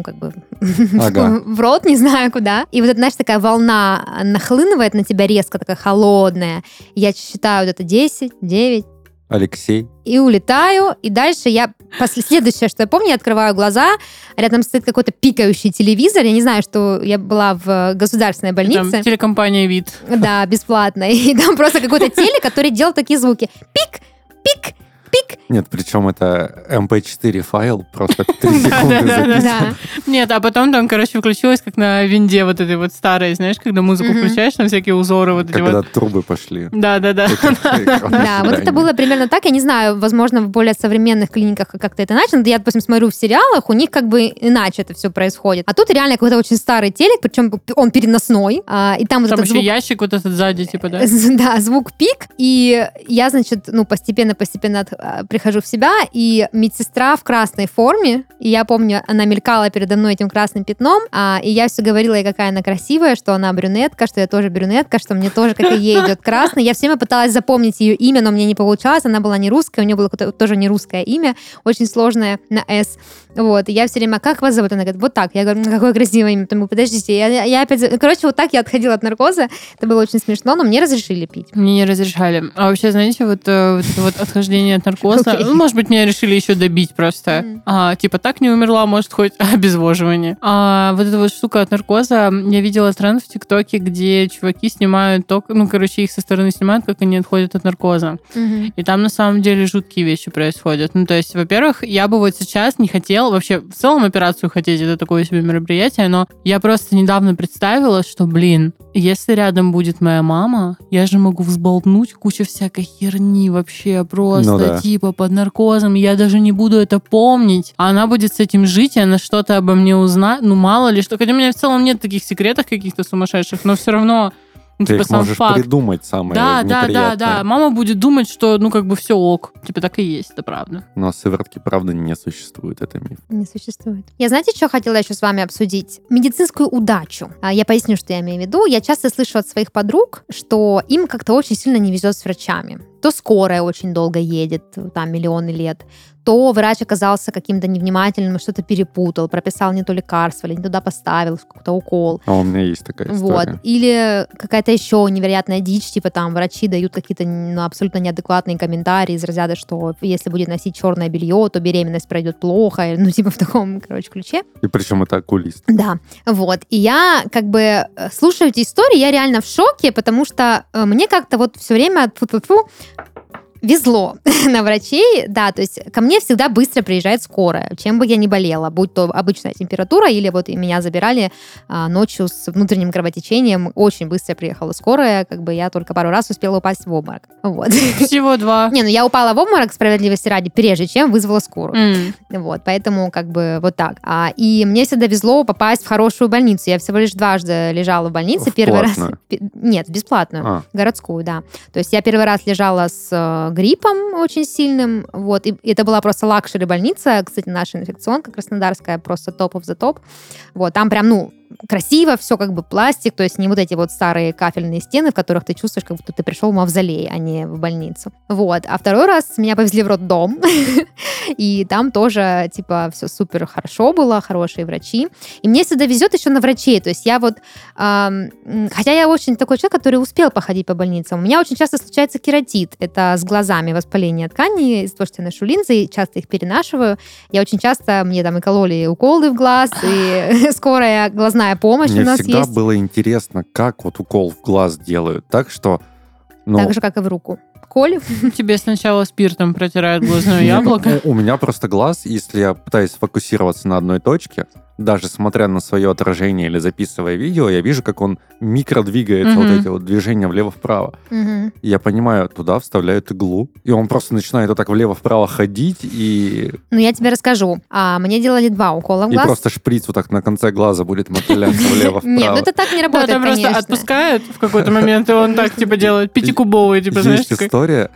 Speaker 1: в рот, не знаю куда. И вот, знаешь, такая волна нахлынывает на тебя резко, такая холодная. Я считаю вот это 10, 9,
Speaker 2: Алексей.
Speaker 1: И улетаю, и дальше следующее, что я помню, я открываю глаза, рядом стоит какой-то пикающий телевизор, я не знаю, что я была в государственной больнице.
Speaker 3: Там телекомпания «Вид».
Speaker 1: Да, бесплатно. И там просто какой-то телек, который делал такие звуки. Пик, пик, пик.
Speaker 2: Нет, причем это MP4 файл, просто 3 секунды записан.
Speaker 3: Нет, а потом там, включилось, как на винде вот этой вот старой, знаешь, когда музыку включаешь, там всякие узоры вот эти вот.
Speaker 2: Когда трубы пошли.
Speaker 3: Да.
Speaker 1: Да, вот это было примерно так. Я не знаю, возможно, в более современных клиниках как-то это иначе, но я, допустим, смотрю в сериалах, у них как бы иначе это все происходит. А тут реально какой-то очень старый телек, причем он переносной, и там вот
Speaker 3: этот
Speaker 1: звук...
Speaker 3: еще ящик вот этот сзади, типа, да?
Speaker 1: Да, звук пик, и я, значит, постепенно прихожу в себя, и медсестра в красной форме, и я помню, она мелькала передо мной этим красным пятном, и я все говорила ей, какая она красивая, что она брюнетка, что я тоже брюнетка, что мне тоже, как и ей, идет красный. Я все время пыталась запомнить ее имя, но мне не получалось, она была не русская, у нее было тоже не русское имя, очень сложное, на «С». Вот, и я все время, как вас зовут? Она говорит, вот так. Я говорю, какое красивое имя. Потом, подождите, я опять... Короче, вот так я отходила от наркоза, это было очень смешно, но мне разрешили пить.
Speaker 3: Мне не разрешали. А вообще, знаете, вот отхождение от наркоза, может быть, меня решили еще добить просто. Типа, так не умерла, может, хоть обезвоживание. Вот эта вот штука от наркоза, я видела тренд в ТикТоке, где чуваки снимают, их со стороны снимают, как они отходят от наркоза. И там, на самом деле, жуткие вещи происходят. То есть, во-первых, я бы вот сейчас не хотела, вообще, в целом операцию хотеть, это такое себе мероприятие, но я просто недавно представила, что, если рядом будет моя мама, я же могу взболтнуть кучу всякой херни вообще просто, типа, под наркозом, я даже не буду это помнить, а она будет с этим жить, и она что-то обо мне узнает, мало ли что. Хотя у меня в целом нет таких секретов каких-то сумасшедших, но все равно...
Speaker 2: Ты их можешь придумать самое неприятное.
Speaker 3: Да. Мама будет думать, что, все ок. Типа так и есть, это правда.
Speaker 2: Но сыворотки, правда, не существует, это миф.
Speaker 1: Не существует. Я, знаете, что хотела еще с вами обсудить? Медицинскую удачу. Я поясню, что я имею в виду. Я часто слышу от своих подруг, что им как-то очень сильно не везет с врачами. То скорая очень долго едет, там миллионы лет, то врач оказался каким-то невнимательным, что-то перепутал, прописал не то лекарство, или не туда поставил какой-то укол.
Speaker 2: А у меня есть такая история.
Speaker 1: Вот. Или какая-то еще невероятная дичь, типа там врачи дают какие-то абсолютно неадекватные комментарии из разряда, что если будет носить черное белье, то беременность пройдет плохо, в таком, ключе.
Speaker 2: И причем это окулист.
Speaker 1: Да, вот. И я слушаю эти истории, я реально в шоке, потому что мне как-то вот все время везло на врачей, да, то есть ко мне всегда быстро приезжает скорая, чем бы я ни болела, будь то обычная температура или вот и меня забирали ночью с внутренним кровотечением, очень быстро приехала скорая, как бы я только пару раз успела упасть в обморок. Вот.
Speaker 3: Всего 2.
Speaker 1: Не, ну я упала в обморок, справедливости ради, прежде чем вызвала скорую. Вот, поэтому как бы вот так. И мне всегда везло попасть в хорошую больницу. Я всего лишь дважды лежала в больнице. Первый раз... Нет, бесплатную. Городскую, да. То есть я первый раз лежала с гриппом очень сильным, вот, и это была просто лакшери больница, кстати, наша инфекционка краснодарская, просто топ of the top. Вот, там прям, ну, красиво, все как бы пластик, то есть не вот эти вот старые кафельные стены, в которых ты чувствуешь, как будто ты пришел в мавзолей, а не в больницу. Вот. А второй раз меня повезли в роддом, и там тоже, типа, все супер хорошо было, хорошие врачи. И мне всегда везет еще на врачей, то есть я вот, хотя я очень такой человек, который успел походить по больницам, у меня очень часто случается кератит, это с глазами воспаление тканей, из-за того, что я ношу линзы, и часто их перенашиваю. Я очень часто, мне там и кололи уколы в глаз, и скорая глазная помощь
Speaker 2: мне
Speaker 1: у нас есть.
Speaker 2: Мне всегда было интересно, как вот укол в глаз делают, так что... Ну,
Speaker 1: так же, как и в руку. Коль?
Speaker 3: Тебе сначала спиртом протирают глазное яблоко.
Speaker 2: У меня просто глаз, если я пытаюсь сфокусироваться на одной точке, даже смотря на свое отражение или записывая видео, я вижу, как он микродвигает вот эти вот движения влево-вправо. Я понимаю, туда вставляют иглу, и он просто начинает вот так влево-вправо ходить, и...
Speaker 1: Ну, я тебе расскажу. Мне делали 2 укола в глаз.
Speaker 2: И просто шприц вот так на конце глаза будет мотыляться влево-вправо.
Speaker 1: Нет, ну это так не работает,
Speaker 3: конечно. Да, там просто отпускают в какой-то момент, и он так, типа, делает 5-кубовый, типа, знаешь.
Speaker 2: Есть история.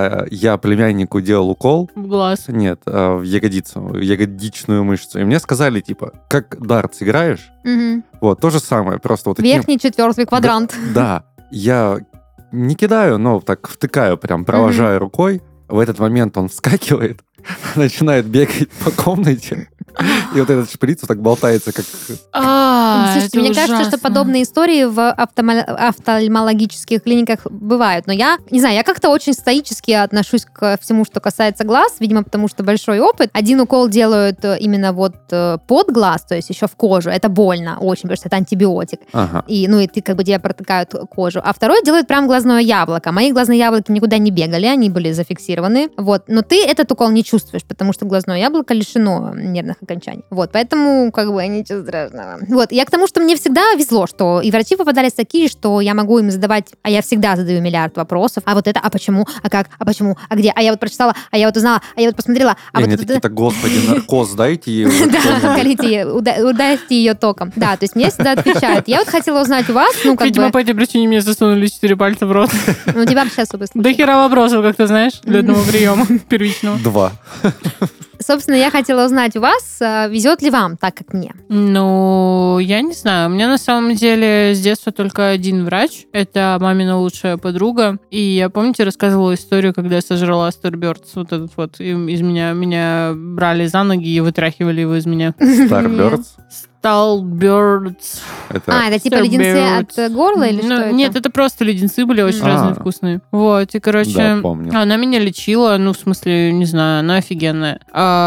Speaker 2: Я племяннику делал укол.
Speaker 3: В глаз.
Speaker 2: Нет, в ягодицу, в ягодичную мышцу. И мне сказали, типа, как дартс играешь, вот, то же самое, просто вот таким...
Speaker 1: Верхний 4-й квадрант.
Speaker 2: Да, я не кидаю, но так втыкаю, прям провожаю рукой. В этот момент он вскакивает, начинает бегать по комнате, и вот этот шприц вот так болтается, как...
Speaker 1: Слушайте, мне кажется, что подобные истории в офтальмологических клиниках бывают. Но я, не знаю, я как-то очень стоически отношусь ко всему, что касается глаз, видимо, потому что большой опыт. Один укол делают именно вот под глаз, то есть еще в кожу. Это больно очень, потому что это антибиотик. И, ну, и ты, как бы, тебе протыкают кожу. А второй делают прям глазное яблоко. Мои глазные яблоки никуда не бегали, они были зафиксированы. Вот. Но ты этот укол не чувствуешь, потому что глазное яблоко лишено нервных окончаний. Вот. Поэтому, как бы, ничего страшного. Вот. Я к тому, что мне всегда везло, что и врачи попадались такие, что я могу им задавать, а я всегда задаю миллиард вопросов. А вот это, а почему, а как, а почему, а где, а я вот прочитала, а я вот узнала, а я вот посмотрела.
Speaker 2: И они такие-то, господи, наркоз дайте ей.
Speaker 1: Да, колите, ударьте ее током. Да, то есть мне всегда отвечают. Я вот хотела узнать у вас, ну, как бы...
Speaker 3: Видимо, по этой причине мне засунули 4 пальца в рот.
Speaker 1: Ну, у тебя сейчас обычно.
Speaker 3: До хера вопросов, как ты знаешь, для одного приема первичного.
Speaker 2: 2.
Speaker 1: Собственно, я хотела узнать у вас, везет ли вам так, как мне?
Speaker 3: Ну, я не знаю. У меня на самом деле с детства только один врач. Это мамина лучшая подруга. И я, помните, рассказывала историю, когда я сожрала Starburst. Вот этот вот. Из меня брали за ноги и вытряхивали его из меня.
Speaker 2: Starburst?
Speaker 3: Starburst.
Speaker 1: Это типа леденцы от горла или что это?
Speaker 3: Нет, это просто леденцы были очень разные, вкусные. Вот, и, короче,
Speaker 2: да, помню.
Speaker 3: Она меня лечила, ну, в смысле, не знаю, она офигенная.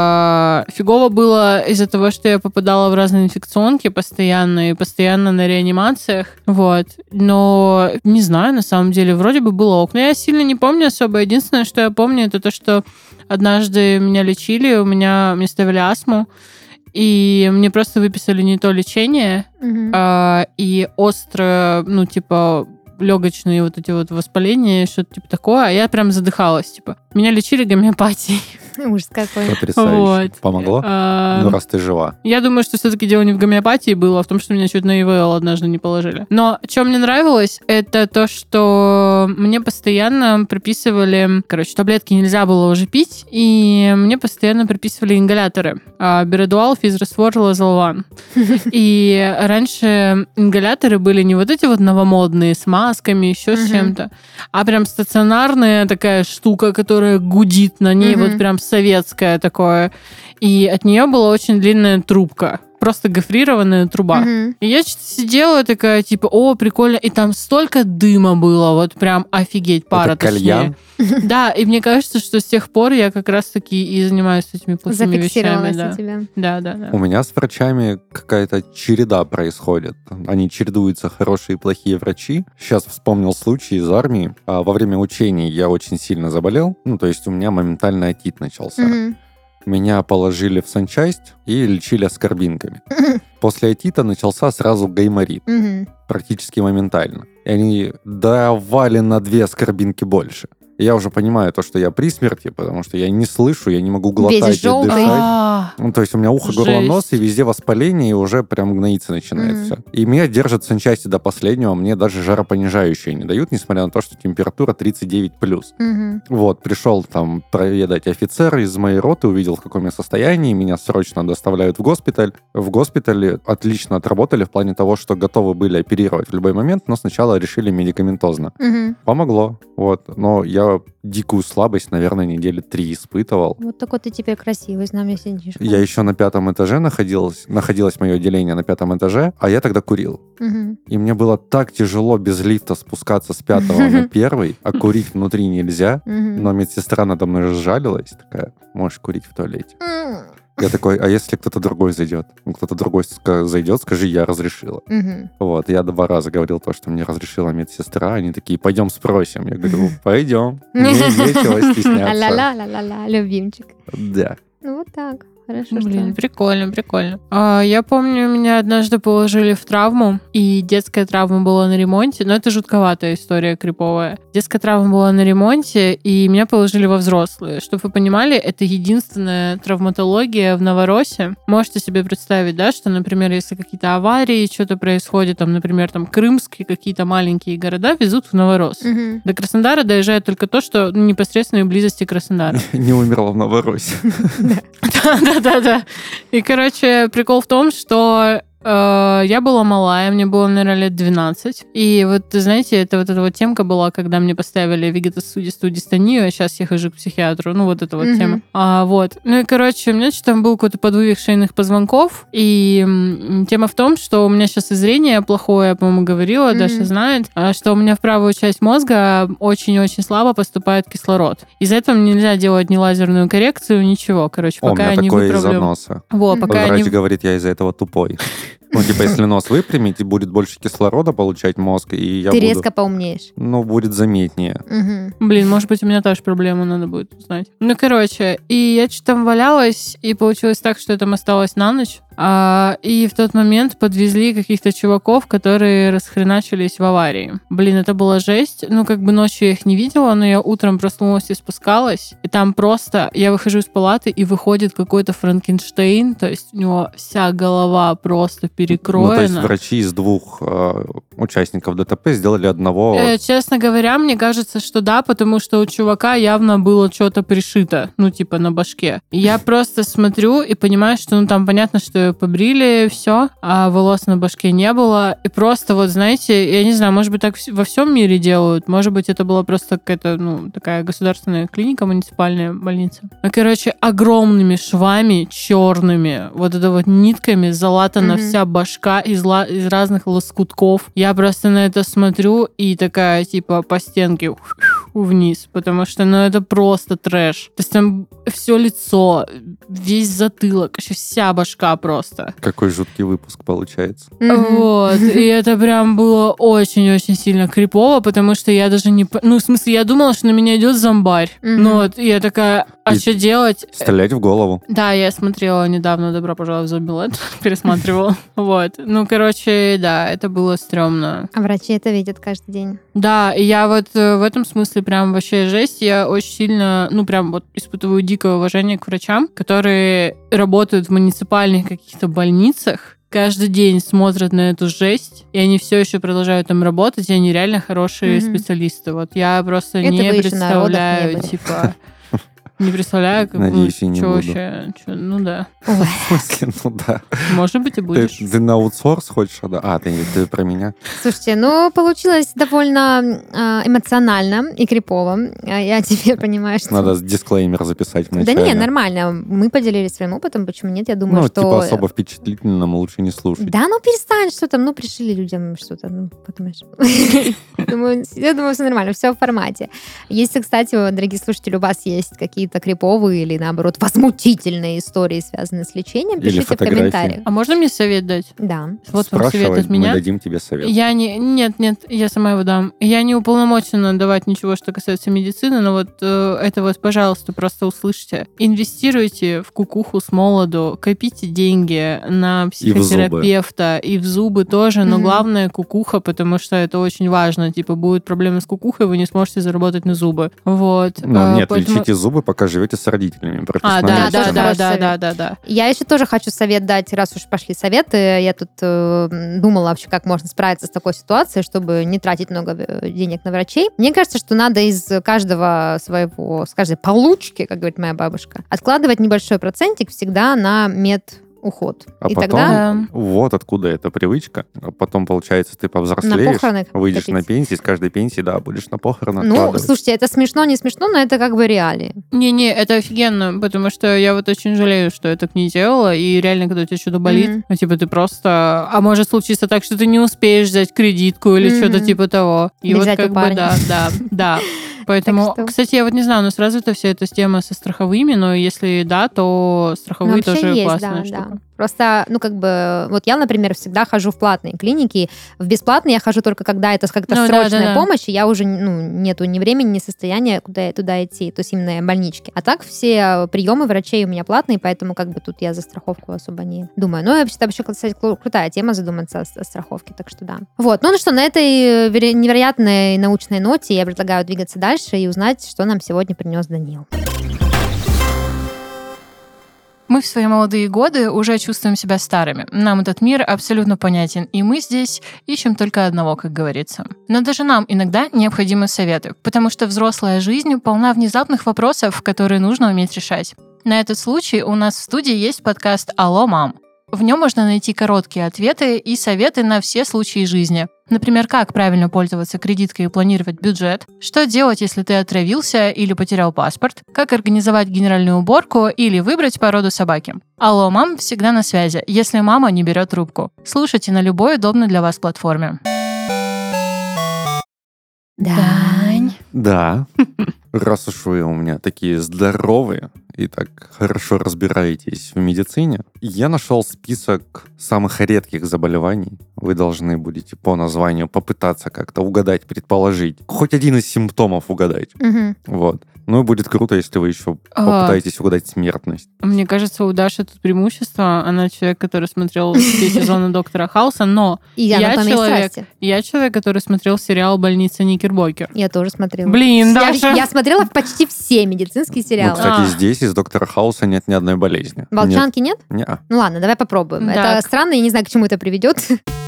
Speaker 3: Фигово было из-за того, что я попадала в разные инфекционки постоянно, и постоянно на реанимациях, вот. Но, не знаю, на самом деле, вроде бы было ок. Но я сильно не помню особо. Единственное, что я помню, это то, что однажды меня лечили, мне ставили астму, и мне просто выписали не то лечение, и острое, ну, типа, легочные вот эти вот воспаления, что-то типа такое, а я прям задыхалась, типа. Меня лечили гомеопатией.
Speaker 1: Ужас какой.
Speaker 2: Потрясающе. Вот. Помогло? Ну, раз ты жива.
Speaker 3: Я думаю, что все-таки дело не в гомеопатии было, а в том, что меня чуть на ИВЛ однажды не положили. Но что мне нравилось, это то, что мне постоянно приписывали... Короче, таблетки нельзя было уже пить, и мне постоянно приписывали ингаляторы. Берадуал, физраствор, лазолван. И раньше ингаляторы были не вот эти вот новомодные с масками, еще с чем-то, а прям стационарная такая штука, которая гудит на ней, вот прям советское такое. И от нее была очень длинная трубка. просто гофрированная труба. И я что-то сидела такая, типа, о, прикольно. И там столько дыма было, вот прям офигеть, пара
Speaker 2: Это кальян?
Speaker 3: Да, и мне кажется, что с тех пор я как раз-таки и занимаюсь этими плохими вещами.
Speaker 1: Зафиксировалась у тебя.
Speaker 3: Да.
Speaker 2: У меня с врачами какая-то череда происходит. Они чередуются, хорошие и плохие врачи. Сейчас вспомнил случай из армии. Во время учений я очень сильно заболел. Ну, то есть у меня моментально отит начался. Меня положили в санчасть и лечили аскорбинками. После отита начался сразу гайморит. Практически моментально. И они давали на 2 аскорбинки больше. Я уже понимаю то, что я при смерти, потому что я не слышу, я не могу глотать и дышать. Ну, то есть у меня ухо, горло, нос, и везде воспаление, и уже прям гноиться начинается. И меня держат в санчасти до последнего, мне даже жаропонижающие не дают, несмотря на то, что температура 39+. Вот, пришел там проведать офицер из моей роты, увидел, в каком я состоянии, меня срочно доставляют в госпиталь. В госпитале отлично отработали в плане того, что готовы были оперировать в любой момент, но сначала решили медикаментозно. Помогло, вот, но я дикую слабость, наверное, недели 3 испытывал.
Speaker 1: Вот такой ты теперь красивый, с нами сидишь.
Speaker 2: Я еще на 5 этаже находилось мое отделение на 5 этаже, а я тогда курил. И мне было так тяжело без лифта спускаться с 5 на 1, а курить внутри нельзя. Но медсестра надо мной сжалилась, такая, можешь курить в туалете. Я такой, а если кто-то другой зайдет? Кто-то другой зайдет, скажи, я разрешила. Вот, я 2 раза говорил то, что мне разрешила медсестра. Они такие, пойдем спросим. Я говорю, пойдем. Мне нечего стесняться.
Speaker 1: Ла-ла-ла-ла-ла, любимчик.
Speaker 2: Да.
Speaker 1: Ну вот так. Хорошо,
Speaker 3: Блин,
Speaker 1: что...
Speaker 3: прикольно. Я помню, меня однажды положили в травму, и детская травма была на ремонте. Но это жутковатая история, криповая. Детская травма была на ремонте, и меня положили во взрослые. Чтобы вы понимали, это единственная травматология в Новороссии. Можете себе представить, да, что, например, если какие-то аварии, что-то происходит, там, например, там Крымские какие-то маленькие города везут в Новороссийск. До Краснодара доезжает только то, что непосредственной близости Краснодара.
Speaker 2: Не умерла в Новороссии.
Speaker 3: Да. И, короче, прикол в том, что я была малая, мне было, наверное, лет 12. И вот, знаете, это вот эта вот темка была, когда мне поставили вегетосудистую дистонию, а сейчас я хожу к психиатру. Ну, вот эта вот тема. Вот. Ну и, короче, у меня что-то там был какой-то подвывих шейных позвонков. И тема в том, что у меня сейчас и зрение плохое, я, по-моему, говорила, Даша знает, что у меня в правую часть мозга очень-очень слабо поступает кислород. Из-за этого мне нельзя делать ни лазерную коррекцию, ничего. Короче, пока я не выправлю...
Speaker 2: из-за носа.
Speaker 3: Вот, пока
Speaker 2: Врач говорит, я из-за этого тупой. Ну, типа, если нос выпрямить, будет больше кислорода получать мозг, и я
Speaker 1: Ты резко поумнеешь.
Speaker 2: Ну, будет заметнее.
Speaker 3: Блин, может быть, у меня тоже проблема, надо будет узнать. Ну, короче, и я что-то там валялась, и получилось так, что я там осталась на ночь. И в тот момент подвезли каких-то чуваков, которые расхреначились в аварии. Блин, это была жесть. Ну, как бы ночью я их не видела, но я утром проснулась и спускалась. И там просто... Я выхожу из палаты, и выходит какой-то Франкенштейн. То есть у него вся голова просто перекроена.
Speaker 2: Ну, то есть врачи из 2 участников ДТП сделали одного...
Speaker 3: Честно говоря, мне кажется, что да, потому что у чувака явно было что-то пришито. Ну, типа на башке. И я просто смотрю и понимаю, что, ну, там понятно, что побрили, все, а волос на башке не было. И просто вот, знаете, я не знаю, может быть, так во всем мире делают. Может быть, это была просто какая-то, ну, такая государственная клиника, муниципальная больница. Ну, короче, огромными швами черными, вот это вот нитками залатана вся башка из разных лоскутков. Я просто на это смотрю и такая, типа, по стенке вниз, потому что, ну, это просто трэш. То есть там все лицо, весь затылок, вообще вся башка просто.
Speaker 2: Какой жуткий выпуск получается.
Speaker 3: Вот. И это прям было очень-очень сильно крипово, потому что я даже не... Ну, в смысле, я думала, что на меня идет зомбарь. Ну, вот, и я такая, а что делать?
Speaker 2: Стрелять в голову.
Speaker 3: Да, я смотрела недавно «Добро пожаловать в Зомбиленд», пересматривала. Вот. Ну, короче, да, это было стрёмно.
Speaker 1: А врачи это видят каждый день.
Speaker 3: Да, и я вот в этом смысле прям вообще жесть. Я очень сильно, ну, прям вот испытываю дикое уважение к врачам, которые работают в муниципальных каких-то больницах, каждый день смотрят на эту жесть, и они все еще продолжают там работать, и они реально хорошие специалисты. Вот я просто
Speaker 1: Это
Speaker 3: не
Speaker 1: вы еще на родах не
Speaker 3: представляю,
Speaker 1: были.
Speaker 3: типа... Не представляю, как
Speaker 2: Надеюсь, и не буду.
Speaker 3: вообще. Ну да.
Speaker 1: Ой.
Speaker 2: В смысле, ну да.
Speaker 3: Может быть, и будешь.
Speaker 2: Ты на аутсорс хочешь? Да? Ты про меня?
Speaker 1: Слушайте, ну, получилось довольно эмоционально и крипово. Я теперь понимаю, что...
Speaker 2: Надо дисклеймер записать
Speaker 1: Да
Speaker 2: вначале.
Speaker 1: не, нормально. Мы поделились своим опытом, почему нет? Я думаю,
Speaker 2: Ну,
Speaker 1: что...
Speaker 2: типа особо впечатлительным лучше не слушать.
Speaker 1: Да, ну перестань, что там, ну, пришили людям что-то, ну, потому что... Я думаю, все нормально, все в формате. Если, кстати, дорогие слушатели, у вас есть какие-то криповые или, наоборот, возмутительные истории, связанные с лечением,
Speaker 2: Или
Speaker 1: пишите в
Speaker 2: фотографии.
Speaker 1: комментариях.
Speaker 3: А можно мне совет дать?
Speaker 1: Да.
Speaker 3: Вот вам совет
Speaker 2: Спрашивай,
Speaker 3: от
Speaker 2: мы
Speaker 3: меня.
Speaker 2: дадим тебе совет.
Speaker 3: Нет, я сама его дам. Я не уполномочена давать ничего, что касается медицины, но вот это вот, пожалуйста, просто услышьте. Инвестируйте в кукуху с молоду, копите деньги на психотерапевта и в зубы тоже, но главное кукуха, потому что это очень важно. Типа, будут проблемы с кукухой, вы не сможете заработать на зубы. Вот.
Speaker 2: Ну, нет,
Speaker 3: поэтому...
Speaker 2: лечите зубы, пока живете с родителями.
Speaker 3: Да.
Speaker 1: Я еще тоже хочу совет дать, раз уж пошли советы. Я тут думала вообще, как можно справиться с такой ситуацией, чтобы не тратить много денег на врачей. Мне кажется, что надо из каждого своего, с каждой получки, как говорит моя бабушка, откладывать небольшой процентик всегда на медуход.
Speaker 2: А
Speaker 1: И
Speaker 2: потом,
Speaker 1: тогда
Speaker 2: вот откуда эта привычка. А потом, получается, ты
Speaker 1: на
Speaker 2: повзрослеешь,
Speaker 1: похороны
Speaker 2: выйдешь
Speaker 1: копить.
Speaker 2: на пенсии, с каждой пенсии, да, будешь на похороны
Speaker 1: Ну,
Speaker 2: откладывать.
Speaker 1: слушайте, это смешно, не смешно, но это как бы реалии.
Speaker 3: Не, это офигенно, потому что я вот очень жалею, что я так не делала, и реально, когда у тебя что-то болит, ну, типа, ты просто... А может случиться так, что ты не успеешь взять кредитку или что-то типа того. И вот как бы, да. Поэтому, кстати, я вот не знаю, у нас развита вся эта тема со страховыми, но если да, то страховые тоже классная штука.
Speaker 1: Да. Просто, ну, как бы, вот я, например, всегда хожу в платные клиники. В бесплатные я хожу только когда это как-то срочная помощь, и я уже, ну, нету ни времени, ни состояния туда идти, то есть именно больнички. А так все приемы врачей у меня платные, поэтому как бы тут я за страховку особо не думаю. Ну, вообще, кстати, крутая тема задуматься о страховке, так что да. Вот, ну что, на этой невероятной научной ноте я предлагаю двигаться дальше и узнать, что нам сегодня принес Данил.
Speaker 3: Мы в свои молодые годы уже чувствуем себя старыми. Нам этот мир абсолютно понятен, и мы здесь ищем только одного, как говорится. Но даже нам иногда необходимы советы, потому что взрослая жизнь полна внезапных вопросов, которые нужно уметь решать. На этот случай у нас в студии есть подкаст «Алло, мам». В нем можно найти короткие ответы и советы на все случаи жизни. Например, как правильно пользоваться кредиткой и планировать бюджет, что делать, если ты отравился или потерял паспорт, как организовать генеральную уборку или выбрать породу собаки. Алло, мам всегда на связи, если мама не берет трубку. Слушайте на любой удобной для вас платформе.
Speaker 1: Дань.
Speaker 2: Да. Раз уж вы у меня такие здоровые и так хорошо разбираетесь в медицине, я нашел список самых редких заболеваний. Вы должны будете по названию попытаться как-то угадать, предположить. Хоть один из симптомов угадать. Вот. Ну и будет круто, если вы еще попытаетесь угадать смертность.
Speaker 3: Мне кажется, у Даши тут преимущество. Она человек, который смотрел все сезоны Доктора Хауса, но я человек, который смотрел сериал «Больница Никербокер».
Speaker 1: Я тоже смотрела.
Speaker 3: Блин, Даша!
Speaker 1: Я смотрела почти все медицинские сериалы.
Speaker 2: Ну, кстати, здесь из Доктора Хауса нет ни одной болезни.
Speaker 1: Волчанки нет?
Speaker 2: Нет.
Speaker 1: Ну ладно, давай попробуем.
Speaker 3: Так.
Speaker 1: Это странно, я не знаю, к чему это приведет.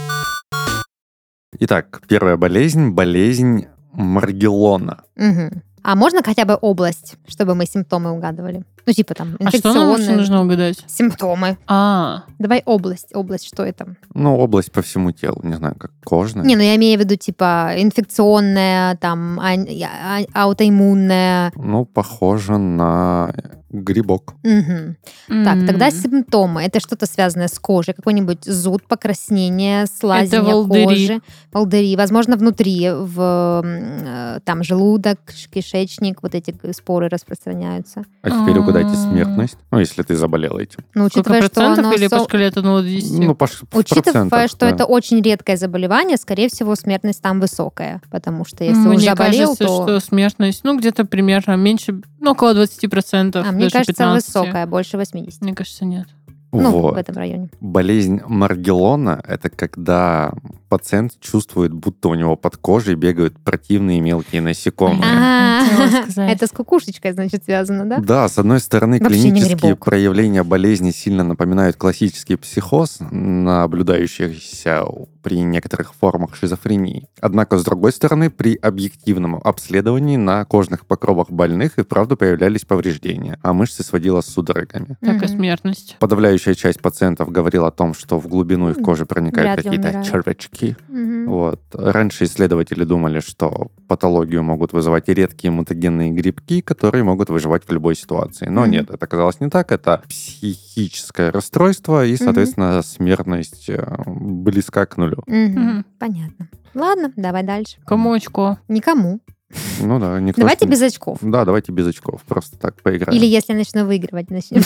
Speaker 2: Итак, первая болезнь Маргеллона.
Speaker 1: А можно хотя бы область, чтобы мы симптомы угадывали? Ну, типа там
Speaker 3: А что нам вообще нужно угадать?
Speaker 1: Симптомы. Давай область. Область, что это?
Speaker 2: Ну, область по всему телу. Не знаю, как кожная.
Speaker 1: Не, ну я имею в виду, типа, инфекционная, там, аутоиммунная.
Speaker 2: Ну, похоже на грибок.
Speaker 1: Так, тогда симптомы. Это что-то связанное с кожей. Какой-нибудь зуд, покраснение, слазение кожи. Волдыри. Возможно, внутри, там, желудок, кишечник, вот эти споры распространяются.
Speaker 2: А теперь угадайте смертность. Ну, если ты заболел этим.
Speaker 1: Ну,
Speaker 3: сколько процентов или по шкале от 1 до 10?
Speaker 2: Ну,
Speaker 1: учитывая, что это очень редкое заболевание, скорее всего, смертность там высокая. Потому что если уже заболел,
Speaker 3: то... Мне кажется, что смертность, ну, где-то примерно меньше, ну, около 20%.
Speaker 1: Мне кажется,
Speaker 3: 15.
Speaker 1: высокая, больше 80.
Speaker 3: Мне кажется, нет.
Speaker 1: Ну,
Speaker 2: вот.
Speaker 1: В этом районе.
Speaker 2: Болезнь Маргеллона — это когда пациент чувствует, будто у него под кожей бегают противные мелкие насекомые.
Speaker 1: Это с кукушечкой, значит, связано, да?
Speaker 2: Да, с одной стороны,
Speaker 1: Вообще не
Speaker 2: клинические
Speaker 1: грибок.
Speaker 2: проявления болезни сильно напоминают классический психоз, наблюдающийся при некоторых формах шизофрении. Однако, с другой стороны, при объективном обследовании на кожных покровах больных и вправду появлялись повреждения, а мышцы сводило с судорогами.
Speaker 3: Так и смертность.
Speaker 2: Подавляющая часть пациентов говорила о том, что в глубину их кожи проникают
Speaker 1: Вряд ли
Speaker 2: какие-то
Speaker 1: умирают.
Speaker 2: червячки.
Speaker 1: Мгм.
Speaker 2: Вот. Раньше исследователи думали, что патологию могут вызывать редкие мутагенные грибки, которые могут выживать в любой ситуации. Но нет, это оказалось не так. Это психическое расстройство, и, соответственно, смертность близка к нулю.
Speaker 3: Мгм.
Speaker 1: Понятно. Ладно, давай дальше.
Speaker 3: Кому очко?
Speaker 1: Никому.
Speaker 2: Ну да, никто...
Speaker 1: Давайте без очков.
Speaker 2: Да, давайте без очков. Просто так поиграем.
Speaker 1: Или если я начну выигрывать, начнем.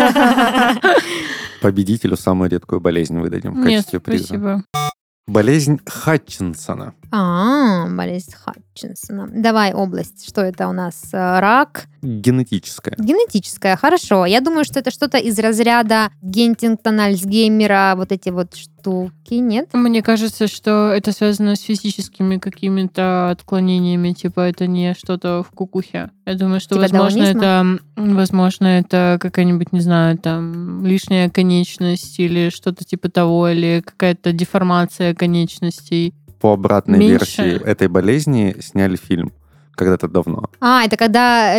Speaker 2: Победителю самую редкую болезнь выдадим в
Speaker 3: Нет,
Speaker 2: качестве приза.
Speaker 3: спасибо.
Speaker 2: Болезнь Хатчинсона.
Speaker 1: Болезнь Хатчинсона. Давай область. Что это у нас? Рак.
Speaker 2: Генетическая.
Speaker 1: Генетическая. Хорошо. Я думаю, что это что-то из разряда Гентингтона, Альцгеймера, вот эти вот штуки, нет?
Speaker 3: Мне кажется, что это связано с физическими какими-то отклонениями, типа это не что-то в кукухе. Я думаю, что,
Speaker 1: Типа
Speaker 3: возможно, это какая-нибудь, не знаю, там, лишняя конечность или что-то типа того, или какая-то деформация конечностей.
Speaker 2: По обратной
Speaker 3: Меньше.
Speaker 2: версии этой болезни сняли фильм когда-то давно.
Speaker 1: Это когда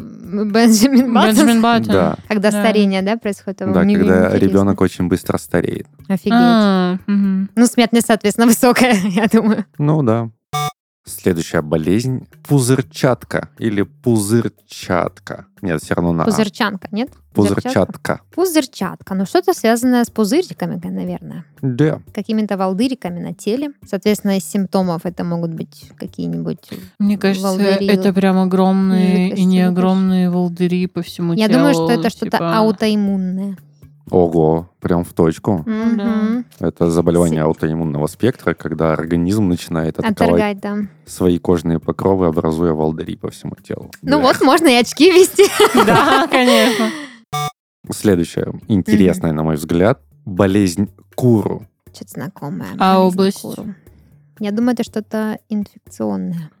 Speaker 1: Бенджамин
Speaker 3: Бенджамин
Speaker 1: Баттон,
Speaker 3: Баттон.
Speaker 2: Да.
Speaker 1: когда
Speaker 3: Да.
Speaker 1: старение, да, происходит?
Speaker 2: Да,
Speaker 1: Мне
Speaker 2: когда
Speaker 1: интересно.
Speaker 2: ребенок очень быстро стареет.
Speaker 1: Офигеть.
Speaker 3: Мгм.
Speaker 1: Ну, смертность, соответственно, высокая, я думаю.
Speaker 2: Ну да. Следующая болезнь – пузырчатка или пузырчатка. Нет, все равно на А.
Speaker 1: Пузырчанка, нет?
Speaker 2: Пузырчатка.
Speaker 1: Пузырчатка. Ну, что-то связанное с пузыриками, наверное.
Speaker 2: Да.
Speaker 1: Какими-то волдыриками на теле. Соответственно, из симптомов это могут быть какие-нибудь...
Speaker 3: Мне кажется,
Speaker 1: волдыри,
Speaker 3: это прям огромные
Speaker 1: жидкости,
Speaker 3: и не
Speaker 1: да,
Speaker 3: огромные волдыри по всему
Speaker 1: Я
Speaker 3: телу.
Speaker 1: думаю, что это что-то
Speaker 3: типа.
Speaker 1: аутоиммунное.
Speaker 2: Ого, прям в точку.
Speaker 1: Мгм.
Speaker 2: Это заболевание аутоиммунного спектра, когда организм начинает атаковать
Speaker 1: Отторгать, да.
Speaker 2: свои кожные покровы, образуя волдыри по всему телу.
Speaker 1: Ну
Speaker 2: Да.
Speaker 1: вот, можно и очки вести.
Speaker 3: Да, конечно.
Speaker 2: Следующая, интересная, на мой взгляд, болезнь Куру.
Speaker 1: Что-то знакомое.
Speaker 3: А
Speaker 1: Болезнь
Speaker 3: область?
Speaker 1: Куру. Я думаю, это что-то инфекционное.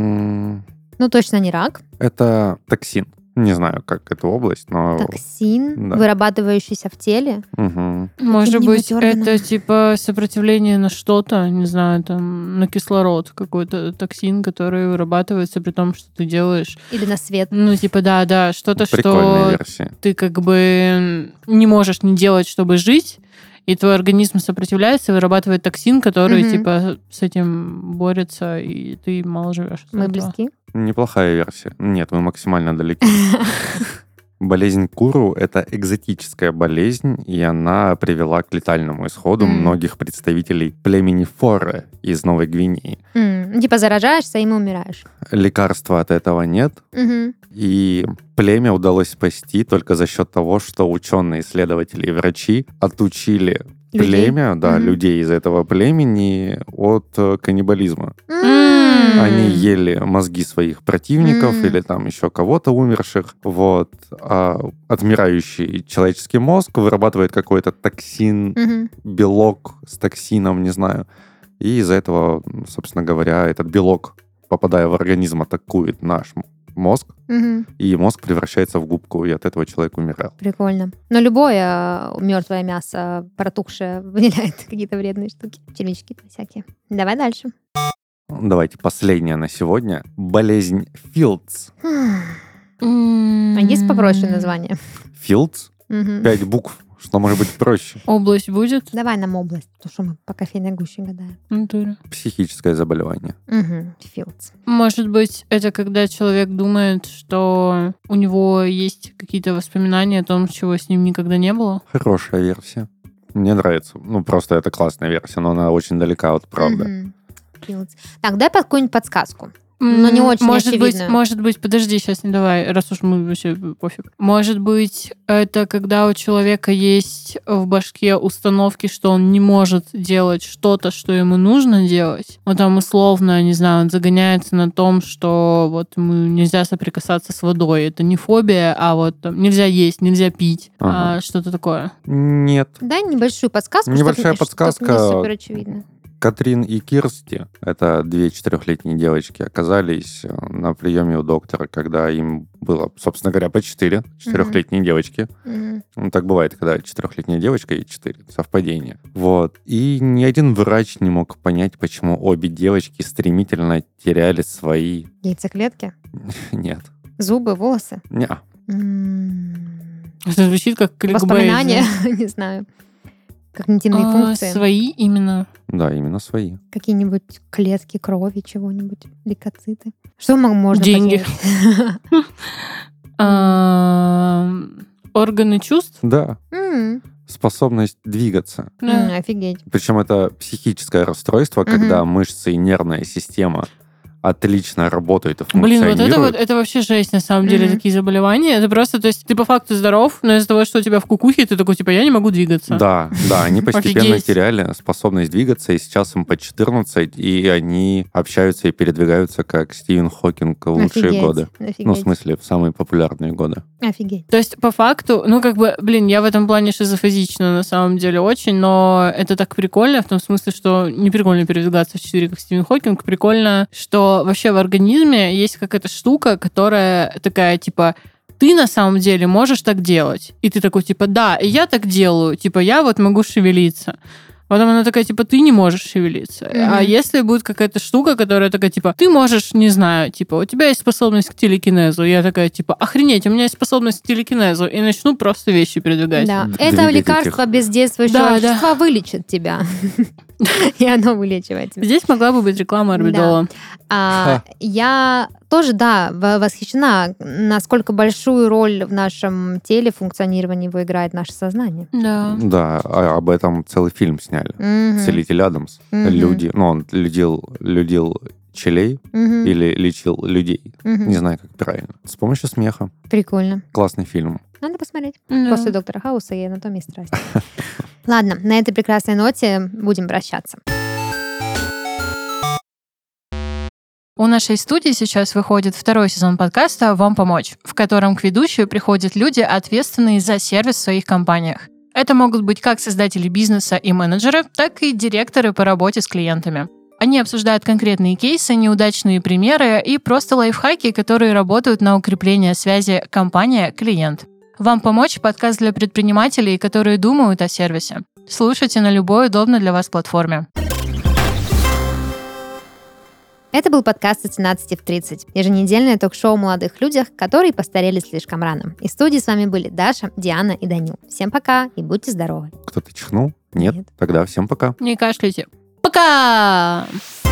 Speaker 2: М,
Speaker 1: Ну, точно не рак.
Speaker 2: Это токсин. Не знаю, как эта область, но...
Speaker 1: Токсин,
Speaker 2: Да.
Speaker 1: вырабатывающийся в теле.
Speaker 2: Мгм.
Speaker 3: Может
Speaker 1: Каким-нибудь
Speaker 3: быть,
Speaker 1: органом.
Speaker 3: это типа сопротивление на что-то, не знаю, там, на кислород, какой-то токсин, который вырабатывается при том, что ты делаешь.
Speaker 1: Или на свет.
Speaker 3: Ну, типа, да, что-то,
Speaker 2: Прикольная
Speaker 3: что
Speaker 2: версия.
Speaker 3: ты как бы не можешь не делать, чтобы жить, и твой организм сопротивляется, вырабатывает токсин, который,
Speaker 1: Мгм.
Speaker 3: типа, с этим борется, и ты мало живешь. из-за
Speaker 1: Мы
Speaker 3: этого.
Speaker 1: близки.
Speaker 2: Неплохая версия. Нет, мы максимально далеки. Болезнь Куру – это экзотическая болезнь, и она привела к летальному исходу многих представителей племени Форе из Новой Гвинеи.
Speaker 1: Типа заражаешься, и мы умираешь.
Speaker 2: Лекарства от этого нет,
Speaker 1: Мгм.
Speaker 2: и племя удалось спасти только за счет того, что ученые, исследователи и врачи отучили
Speaker 1: Людей?
Speaker 2: племя,
Speaker 1: Мгм.
Speaker 2: людей из этого племени от каннибализма.
Speaker 3: М.
Speaker 2: Они ели мозги своих противников или там еще кого-то умерших. Вот. А отмирающий человеческий мозг вырабатывает какой-то токсин,
Speaker 1: Мгм.
Speaker 2: белок с токсином, не знаю. И из-за этого, собственно говоря, этот белок, попадая в организм, атакует наш мозг,
Speaker 1: Мгм.
Speaker 2: и мозг превращается в губку, и от этого человек умирал.
Speaker 1: Прикольно. Но любое мертвое мясо, протухшее, выделяет какие-то вредные штуки. Червячки всякие. Давай дальше.
Speaker 2: Давайте последнее на сегодня. Болезнь Филдс.
Speaker 1: А есть попроще название?
Speaker 2: Филдс?
Speaker 1: Мгм.
Speaker 2: 5 букв. Что может быть проще?
Speaker 3: Область будет?
Speaker 1: Давай нам область, потому что мы по кофейной гуще гадаем.
Speaker 3: В натуре.
Speaker 2: Психическое заболевание.
Speaker 1: Филдс.
Speaker 3: Может быть, это когда человек думает, что у него есть какие-то воспоминания о том, чего с ним никогда не было?
Speaker 2: Хорошая версия. Мне нравится. Ну, просто это классная версия, но она очень далека от правды.
Speaker 1: Филдс. Так, дай какую-нибудь подсказку. Но не очень очевидную.
Speaker 3: Может быть, подожди, сейчас не давай, раз уж мы вообще пофиг. Может быть, это когда у человека есть в башке установки, что он не может делать что-то, что ему нужно делать. Вот там условно, не знаю, он загоняется на том, что вот ему нельзя соприкасаться с водой. Это не фобия, а вот там, нельзя есть, нельзя пить,
Speaker 2: Ага.
Speaker 3: что-то такое.
Speaker 2: Нет.
Speaker 1: Дай небольшую подсказку.
Speaker 2: Небольшая
Speaker 1: чтоб
Speaker 2: подсказка.
Speaker 1: не супер очевидно.
Speaker 2: Катрин и Кирсти, это 2 4-летние девочки, оказались на приеме у доктора, когда им было, собственно говоря, по 4 4-летние девочки. Ну, так бывает, когда 4-летняя девочка и 4. Совпадение. Вот. И ни один врач не мог понять, почему обе девочки стремительно теряли свои...
Speaker 1: Яйцеклетки?
Speaker 2: Нет.
Speaker 1: Зубы, волосы?
Speaker 2: Неа.
Speaker 3: Это звучит как кликбейт.
Speaker 1: Воспоминания, не знаю. Когнитивные функции.
Speaker 3: Свои именно.
Speaker 2: Да, именно свои.
Speaker 1: Какие-нибудь клетки крови, чего-нибудь, лейкоциты. Что можно
Speaker 3: Деньги.
Speaker 1: потерять?
Speaker 3: Органы чувств?
Speaker 2: Да. Способность двигаться.
Speaker 1: Офигеть.
Speaker 2: Причем это психическое расстройство, когда мышцы и нервная система отлично работают и функционируют.
Speaker 3: Блин, вот это вообще жесть, на самом деле, такие заболевания. Это просто, то есть, ты по факту здоров, но из-за того, что у тебя в кукухе, ты такой, типа, я не могу двигаться.
Speaker 2: Да, они постепенно
Speaker 3: Офигеть.
Speaker 2: теряли способность двигаться, и сейчас им по 14, и они общаются и передвигаются, как Стивен Хокинг в лучшие годы.
Speaker 1: Офигеть.
Speaker 2: Ну, в смысле, в самые популярные годы.
Speaker 1: Офигеть.
Speaker 3: То есть, по факту, ну, как бы, блин, я в этом плане шизофазична, на самом деле, очень, но это так прикольно, в том смысле, что не прикольно передвигаться в 4, как Стивен Хокинг, прикольно, что вообще в организме есть какая-то штука, которая такая, типа, ты на самом деле можешь так делать. И ты такой, типа, да, и я так делаю, типа, я вот могу шевелиться. Потом она такая, типа, ты не можешь шевелиться. А если будет какая-то штука, которая такая, типа, ты можешь, не знаю, типа, у тебя есть способность к телекинезу. Я такая, типа, охренеть, у меня есть способность к телекинезу. И начну просто вещи передвигать.
Speaker 1: Да, это лекарство бездействующего вещества вылечит тебя. И оно вылечивает тебя.
Speaker 3: Здесь могла бы быть реклама Орбидола.
Speaker 1: Я тоже, да, восхищена, насколько большую роль в нашем теле, функционировании его играет наше сознание.
Speaker 3: Да.
Speaker 2: Да, об этом целый фильм сняли. «Целитель Адамс». Люди, ну, он людил челей или лечил людей. Не знаю, как правильно. С помощью смеха.
Speaker 1: Прикольно.
Speaker 2: Классный фильм.
Speaker 1: Надо посмотреть. После «Доктора Хауса» и «Анатомии страсти». Ладно, на этой прекрасной ноте будем прощаться.
Speaker 3: У нашей студии сейчас выходит 2-й сезон подкаста «Вам помочь», в котором к ведущей приходят люди, ответственные за сервис в своих компаниях. Это могут быть как создатели бизнеса и менеджеры, так и директоры по работе с клиентами. Они обсуждают конкретные кейсы, неудачные примеры и просто лайфхаки, которые работают на укрепление связи компания-клиент. «Вам помочь» — подкаст для предпринимателей, которые думают о сервисе. Слушайте на любой удобной для вас платформе.
Speaker 1: Это был подкаст от 17 в 30. Еженедельное ток-шоу о молодых людях, которые постарели слишком рано. И в студии с вами были Даша, Диана и Данил. Всем пока и будьте здоровы.
Speaker 2: Кто-то чихнул? Нет? Тогда всем пока.
Speaker 3: Не кашляйте. Пока!